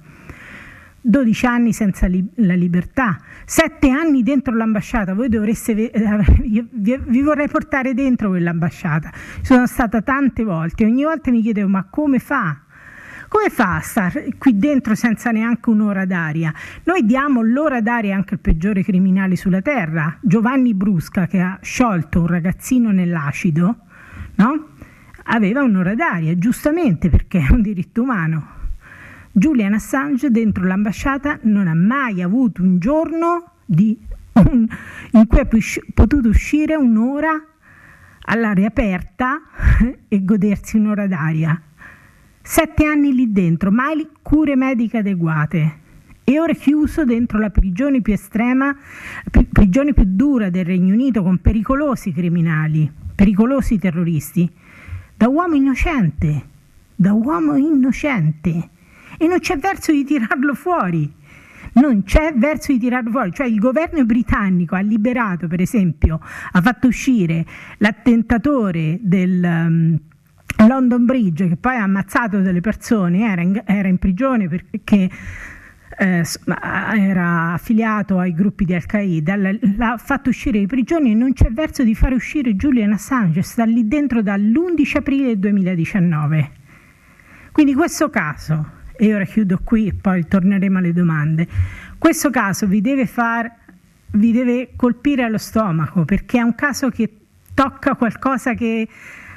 dodici anni senza li- la libertà, sette anni dentro l'ambasciata. Voi dovreste ve- io vi-, vi vorrei portare dentro quell'ambasciata. Sono stata tante volte e ogni volta mi chiedevo: ma come fa? Come fa a stare qui dentro senza neanche un'ora d'aria? Noi diamo l'ora d'aria anche al peggiore criminale sulla terra. Giovanni Brusca, che ha sciolto un ragazzino nell'acido, no? Aveva un'ora d'aria, giustamente, perché è un diritto umano. Julian Assange dentro l'ambasciata non ha mai avuto un giorno di, un, in cui ha potuto uscire un'ora all'aria aperta e godersi un'ora d'aria. Sette anni lì dentro, mai cure mediche adeguate. E ora chiuso dentro la prigione più estrema, prigione più dura del Regno Unito, con pericolosi criminali, pericolosi terroristi, da uomo innocente, da uomo innocente. E non c'è verso di tirarlo fuori, non c'è verso di tirarlo fuori. Cioè il governo britannico ha liberato, per esempio, ha fatto uscire l'attentatore del um, London Bridge, che poi ha ammazzato delle persone, era in, era in prigione perché eh, era affiliato ai gruppi di Al-Qaeda, l'ha fatto uscire di prigione e non c'è verso di fare uscire Julian Assange, sta lì dentro dall'undici aprile duemiladiciannove. Quindi questo caso, e ora chiudo qui e poi torneremo alle domande, questo caso vi deve far, vi deve colpire allo stomaco, perché è un caso che tocca qualcosa che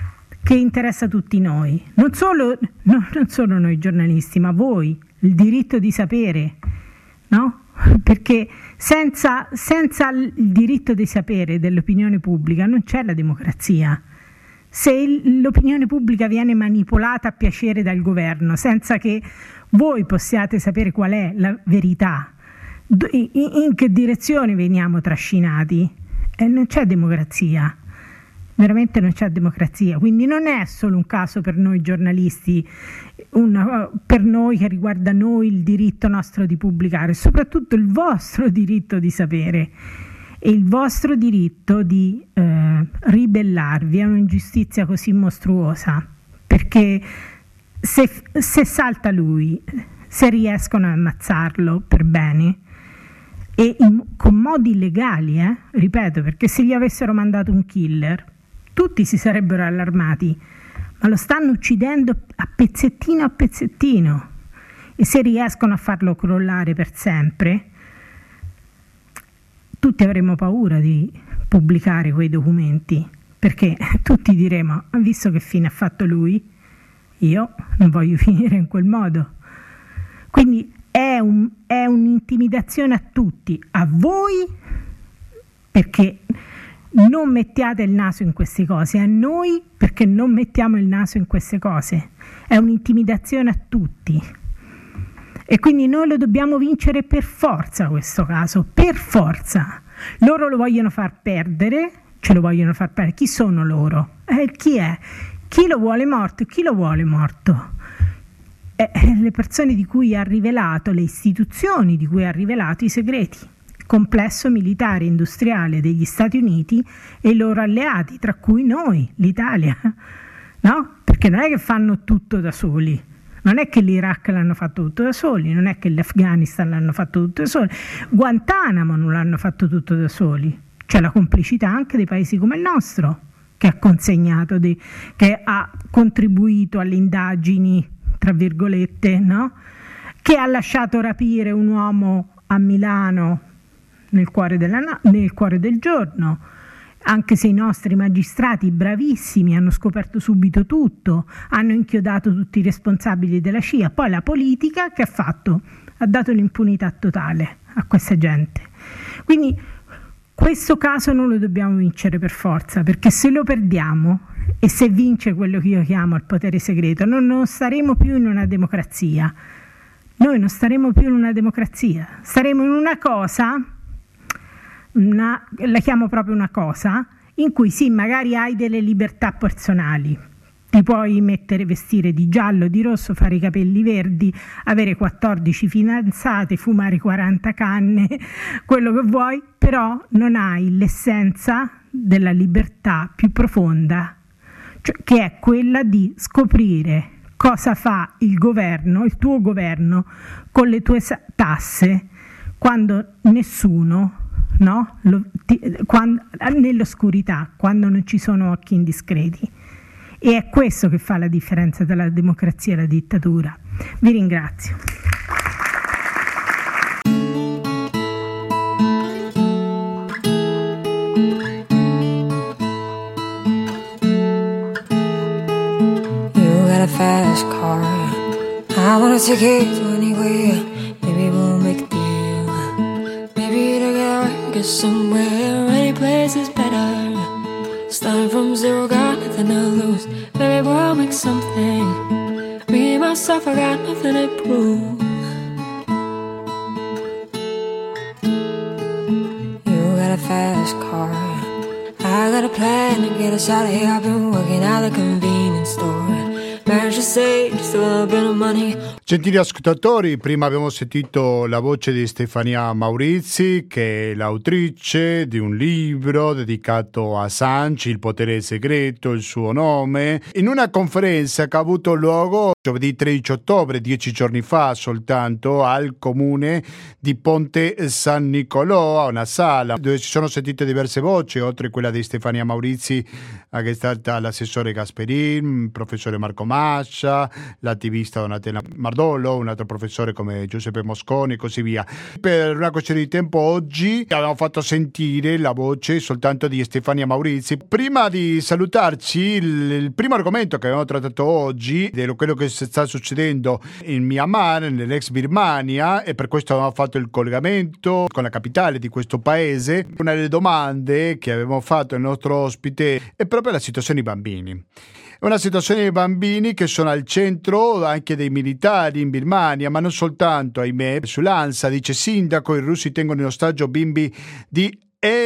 che interessa a tutti noi, non solo, no, non solo noi giornalisti, ma voi, il diritto di sapere, no? Perché senza, senza il diritto di sapere dell'opinione pubblica non c'è la democrazia. Se il, l'opinione pubblica viene manipolata a piacere dal governo senza che voi possiate sapere qual è la verità, in, in che direzione veniamo trascinati, eh, non c'è democrazia. Veramente non c'è democrazia, quindi non è solo un caso per noi giornalisti, una, per noi che riguarda noi il diritto nostro di pubblicare, soprattutto il vostro diritto di sapere e il vostro diritto di eh, ribellarvi a un'ingiustizia così mostruosa, perché se, se salta lui, se riescono a ammazzarlo per bene, e in, con modi illegali, eh, ripeto, perché se gli avessero mandato un killer tutti si sarebbero allarmati, ma lo stanno uccidendo a pezzettino a pezzettino, e se riescono a farlo crollare per sempre, tutti avremo paura di pubblicare quei documenti, perché tutti diremo: visto che fine ha fatto lui, io non voglio finire in quel modo. Quindi è, un, è un'intimidazione a tutti, a voi, perché non mettiate il naso in queste cose, a noi perché non mettiamo il naso in queste cose. È un'intimidazione a tutti, e quindi noi lo dobbiamo vincere per forza questo caso, per forza. Loro lo vogliono far perdere, ce lo vogliono far perdere. Chi sono loro? Eh, chi è? Chi lo vuole morto? Chi lo vuole morto? Eh, le persone di cui ha rivelato, le istituzioni di cui ha rivelato i segreti. Complesso militare e industriale degli Stati Uniti e i loro alleati, tra cui noi, l'Italia, no? Perché non è che fanno tutto da soli, non è che l'Iraq l'hanno fatto tutto da soli, non è che l'Afghanistan l'hanno fatto tutto da soli, Guantanamo non l'hanno fatto tutto da soli, c'è la complicità anche dei paesi come il nostro, che ha consegnato, di, che ha contribuito alle indagini, tra virgolette, no? Che ha lasciato rapire un uomo a Milano nel cuore, della, nel cuore del giorno, anche se i nostri magistrati bravissimi hanno scoperto subito tutto, hanno inchiodato tutti i responsabili della C I A. Poi la politica che ha fatto? Ha dato l'impunità totale a questa gente. Quindi questo caso non lo dobbiamo vincere per forza, perché se lo perdiamo e se vince quello che io chiamo il potere segreto, non, non staremo più in una democrazia. Noi non staremo più in una democrazia, staremo in una cosa, una, la chiamo proprio una cosa, in cui sì, magari hai delle libertà personali, ti puoi mettere, vestire di giallo, di rosso, fare i capelli verdi, avere quattordici fidanzate, fumare quaranta canne, quello che vuoi, però non hai l'essenza della libertà più profonda, cioè, che è quella di scoprire cosa fa il governo, il tuo governo, con le tue tasse, quando nessuno, no? Lo, ti, quando, nell'oscurità, quando non ci sono occhi indiscreti. E è questo che fa la differenza tra la democrazia e la dittatura. Vi ringrazio. Fast car, I wanna take it to anywhere. Maybe we'll make a deal. Maybe together we can get somewhere. Any place is better. Starting from zero, got nothing to lose. Maybe we'll make something. Me, myself, I got nothing to prove. You got a fast car, I got a plan to get us out of here. I've been working at the convenience store. Gentili ascoltatori, prima abbiamo sentito la voce di Stefania Maurizi, che è l'autrice di un libro dedicato a Assange, Il potere segreto, il suo nome, in una conferenza che ha avuto luogo giovedì tredici ottobre, dieci giorni fa soltanto, al comune di Ponte San Nicolò, a una sala dove si sono sentite diverse voci, oltre a quella di Stefania Maurizi, che è stata l'assessore Gasperin, il professore Marco Marco, Mascia, l'attivista Donatella Mardollo, un altro professore come Giuseppe Mosconi e così via. Per una questione di tempo oggi abbiamo fatto sentire la voce soltanto di Stefania Maurizi. Prima di salutarci, il, il primo argomento che abbiamo trattato oggi è quello che sta succedendo in Myanmar, nell'ex Birmania, e per questo abbiamo fatto il collegamento con la capitale di questo paese. Una delle domande che avevamo fatto al nostro ospite è proprio la situazione dei bambini. È una situazione dei bambini che sono al centro anche dei militari in Birmania, ma non soltanto, ahimè. Sull'ANSA dice: sindaco, i russi tengono in ostaggio bimbi di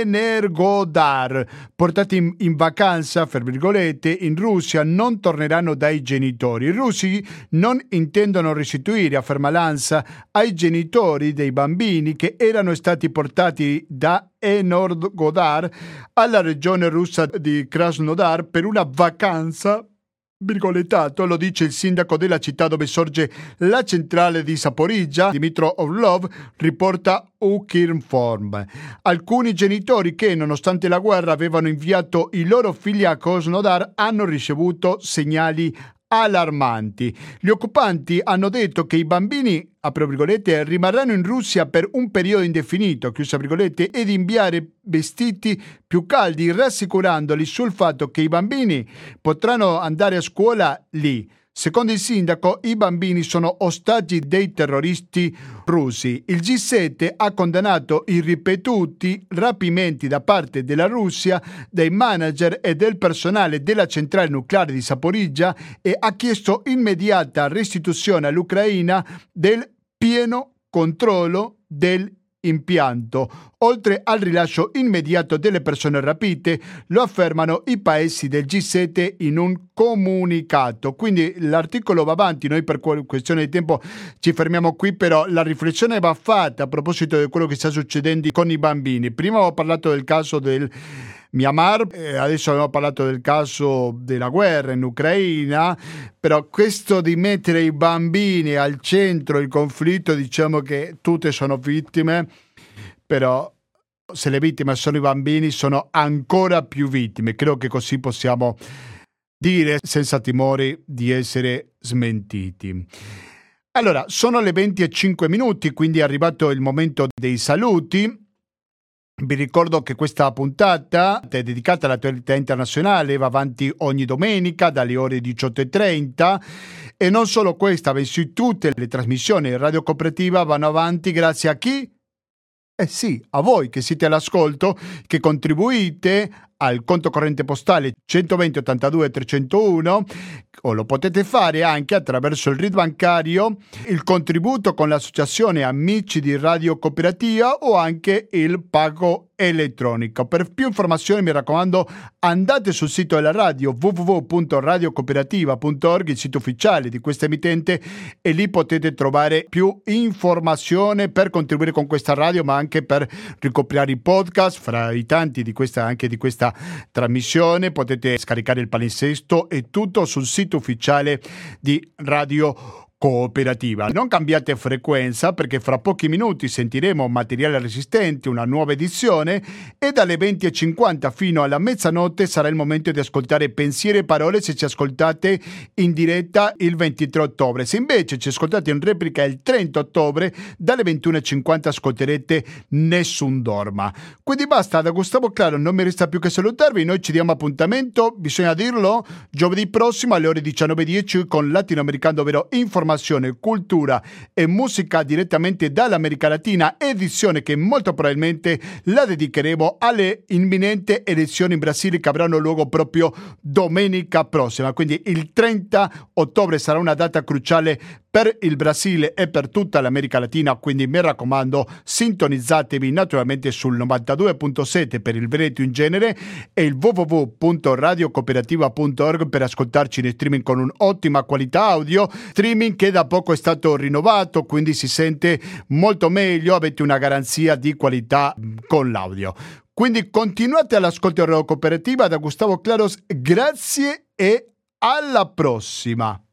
Energodar, portati in, in vacanza, fra virgolette, in Russia, non torneranno dai genitori. I russi non intendono restituire, afferma l'ANSA, ai genitori dei bambini che erano stati portati da Energodar alla regione russa di Krasnodar per una vacanza, virgolettato, lo dice il sindaco della città dove sorge la centrale di Zaporizhzhia, Dmytro Orlov, riporta Ukrinform. Alcuni genitori che, nonostante la guerra, avevano inviato i loro figli a Krasnodar hanno ricevuto segnali allarmanti. Gli occupanti hanno detto che i bambini, apro virgolette, rimarranno in Russia per un periodo indefinito, chiusa virgolette, ed inviare vestiti più caldi, rassicurandoli sul fatto che i bambini potranno andare a scuola lì. Secondo il sindaco, i bambini sono ostaggi dei terroristi russi. Il G sette ha condannato i ripetuti rapimenti da parte della Russia, dei manager e del personale della centrale nucleare di Zaporizhzhia e ha chiesto immediata restituzione all'Ucraina del pieno controllo del impianto, oltre al rilascio immediato delle persone rapite, lo affermano i paesi del G sette in un comunicato. Quindi l'articolo va avanti, noi per questione di tempo ci fermiamo qui, però la riflessione va fatta a proposito di quello che sta succedendo con i bambini. Prima ho parlato del caso del Myanmar, eh, adesso abbiamo parlato del caso della guerra in Ucraina, però questo di mettere i bambini al centro del conflitto, diciamo che tutte sono vittime, però se le vittime sono i bambini sono ancora più vittime. Credo che così possiamo dire senza timori di essere smentiti. Allora, sono le venti e cinque minuti, quindi è arrivato il momento dei saluti. Vi ricordo che questa puntata è dedicata all'attualità internazionale, va avanti ogni domenica dalle ore diciotto e trenta e non solo questa, bensì tutte le trasmissioni di Radio Cooperativa vanno avanti grazie a chi? Eh sì, a voi che siete all'ascolto, che contribuite al conto corrente postale centoventi ottantadue trecentouno, o lo potete fare anche attraverso il R I D bancario, il contributo con l'associazione Amici di Radio Cooperativa o anche il pago elettronico. Per più informazioni mi raccomando andate sul sito della radio w w w punto radio cooperativa punto org, il sito ufficiale di questa emittente, e lì potete trovare più informazione per contribuire con questa radio, ma anche per ricopiare i podcast fra i tanti di questa, anche di questa trasmissione. Potete scaricare il palinsesto e tutto sul sito ufficiale di Radio Cooperativa. Non cambiate frequenza perché fra pochi minuti sentiremo Materiale Resistente, una nuova edizione, e dalle venti e cinquanta fino alla mezzanotte sarà il momento di ascoltare Pensieri e Parole se ci ascoltate in diretta il ventitré ottobre. Se invece ci ascoltate in replica il trenta ottobre, dalle ventuno e cinquanta ascolterete Nessun Dorma. Quindi basta, da Gustavo Claro non mi resta più che salutarvi. Noi ci diamo appuntamento, bisogna dirlo, giovedì prossimo alle ore diciannove e dieci con Latinoamericano, ovvero informazione, cultura e musica direttamente dall'America Latina, edizione che molto probabilmente la dedicheremo alle imminenti elezioni in Brasile che avranno luogo proprio domenica prossima. Quindi il trenta ottobre sarà una data cruciale per il Brasile e per tutta l'America Latina, quindi mi raccomando sintonizzatevi naturalmente sul novantadue virgola sette per il Veneto in genere e il w w w punto radio cooperativa punto org per ascoltarci in streaming con un'ottima qualità audio, streaming che da poco è stato rinnovato, quindi si sente molto meglio, avete una garanzia di qualità con l'audio. Quindi continuate all'ascolto della Radio Cooperativa. Da Gustavo Claros, grazie e alla prossima.